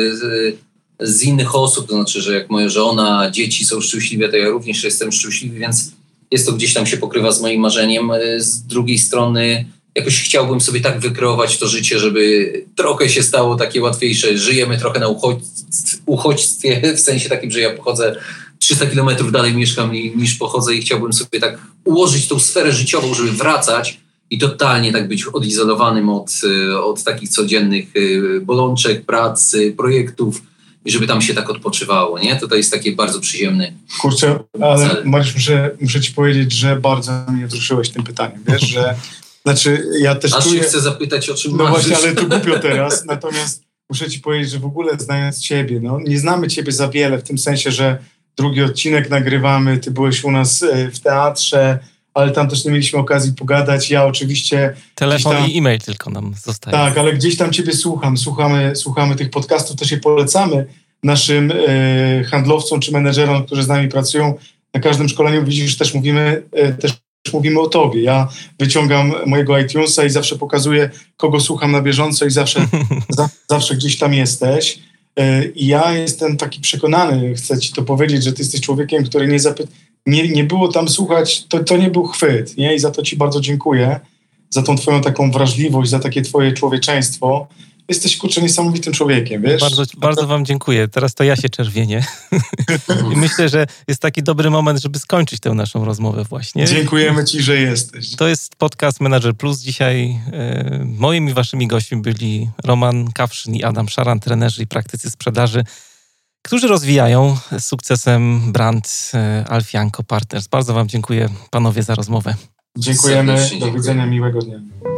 z, z innych osób, to znaczy, że jak moja żona, dzieci są szczęśliwe, to ja również jestem szczęśliwy, więc jest to gdzieś tam się pokrywa z moim marzeniem. Z drugiej strony jakoś chciałbym sobie tak wykreować to życie, żeby trochę się stało takie łatwiejsze. Żyjemy trochę na uchodźstwie, uchodźstwie w sensie takim, że ja pochodzę trzysta kilometrów dalej mieszkam niż pochodzę i chciałbym sobie tak ułożyć tą sferę życiową, żeby wracać i totalnie tak być odizolowanym od, od takich codziennych bolączek, pracy, projektów i żeby tam się tak odpoczywało, nie? To, to jest takie bardzo przyjemne. Kurczę, ale Mariusz, muszę, muszę ci powiedzieć, że bardzo mnie wzruszyłeś tym pytaniem, wiesz, że znaczy ja też Aż czuję... się chcę zapytać, o czym No marzysz. właśnie, ale to głupio teraz, natomiast muszę ci powiedzieć, że w ogóle znając ciebie, no nie znamy ciebie za wiele, w tym sensie, że drugi odcinek nagrywamy, ty byłeś u nas w teatrze, ale tam też nie mieliśmy okazji pogadać. Ja oczywiście... Telefon tam, i e-mail tylko nam zostaje. Tak, ale gdzieś tam ciebie słucham, słuchamy, słuchamy tych podcastów, też je polecamy naszym e, handlowcom czy menedżerom, którzy z nami pracują. Na każdym szkoleniu widzisz, też mówimy, e, też mówimy o tobie. Ja wyciągam mojego iTunesa i zawsze pokazuję, kogo słucham na bieżąco i zawsze, za, zawsze gdzieś tam jesteś. I ja jestem taki przekonany, chcę ci to powiedzieć, że ty jesteś człowiekiem, który nie zapy... nie, nie było tam słuchać, to, to nie był chwyt, nie? I za to ci bardzo dziękuję, za tą twoją taką wrażliwość, za takie twoje człowieczeństwo. Jesteś, kurczę, niesamowitym człowiekiem, wiesz? Bardzo, bardzo wam dziękuję. Teraz to ja się czerwienię. I myślę, że jest taki dobry moment, żeby skończyć tę naszą rozmowę właśnie. Dziękujemy ci, że jesteś. To jest podcast Manager Plus. Dzisiaj e, moimi waszymi gośćmi byli Roman Kawszyn i Adam Szaran, trenerzy i praktycy sprzedaży, którzy rozwijają z sukcesem brand e, Alfianco Partners. Bardzo wam dziękuję, panowie, za rozmowę. Dziękujemy. Do widzenia. Miłego dnia.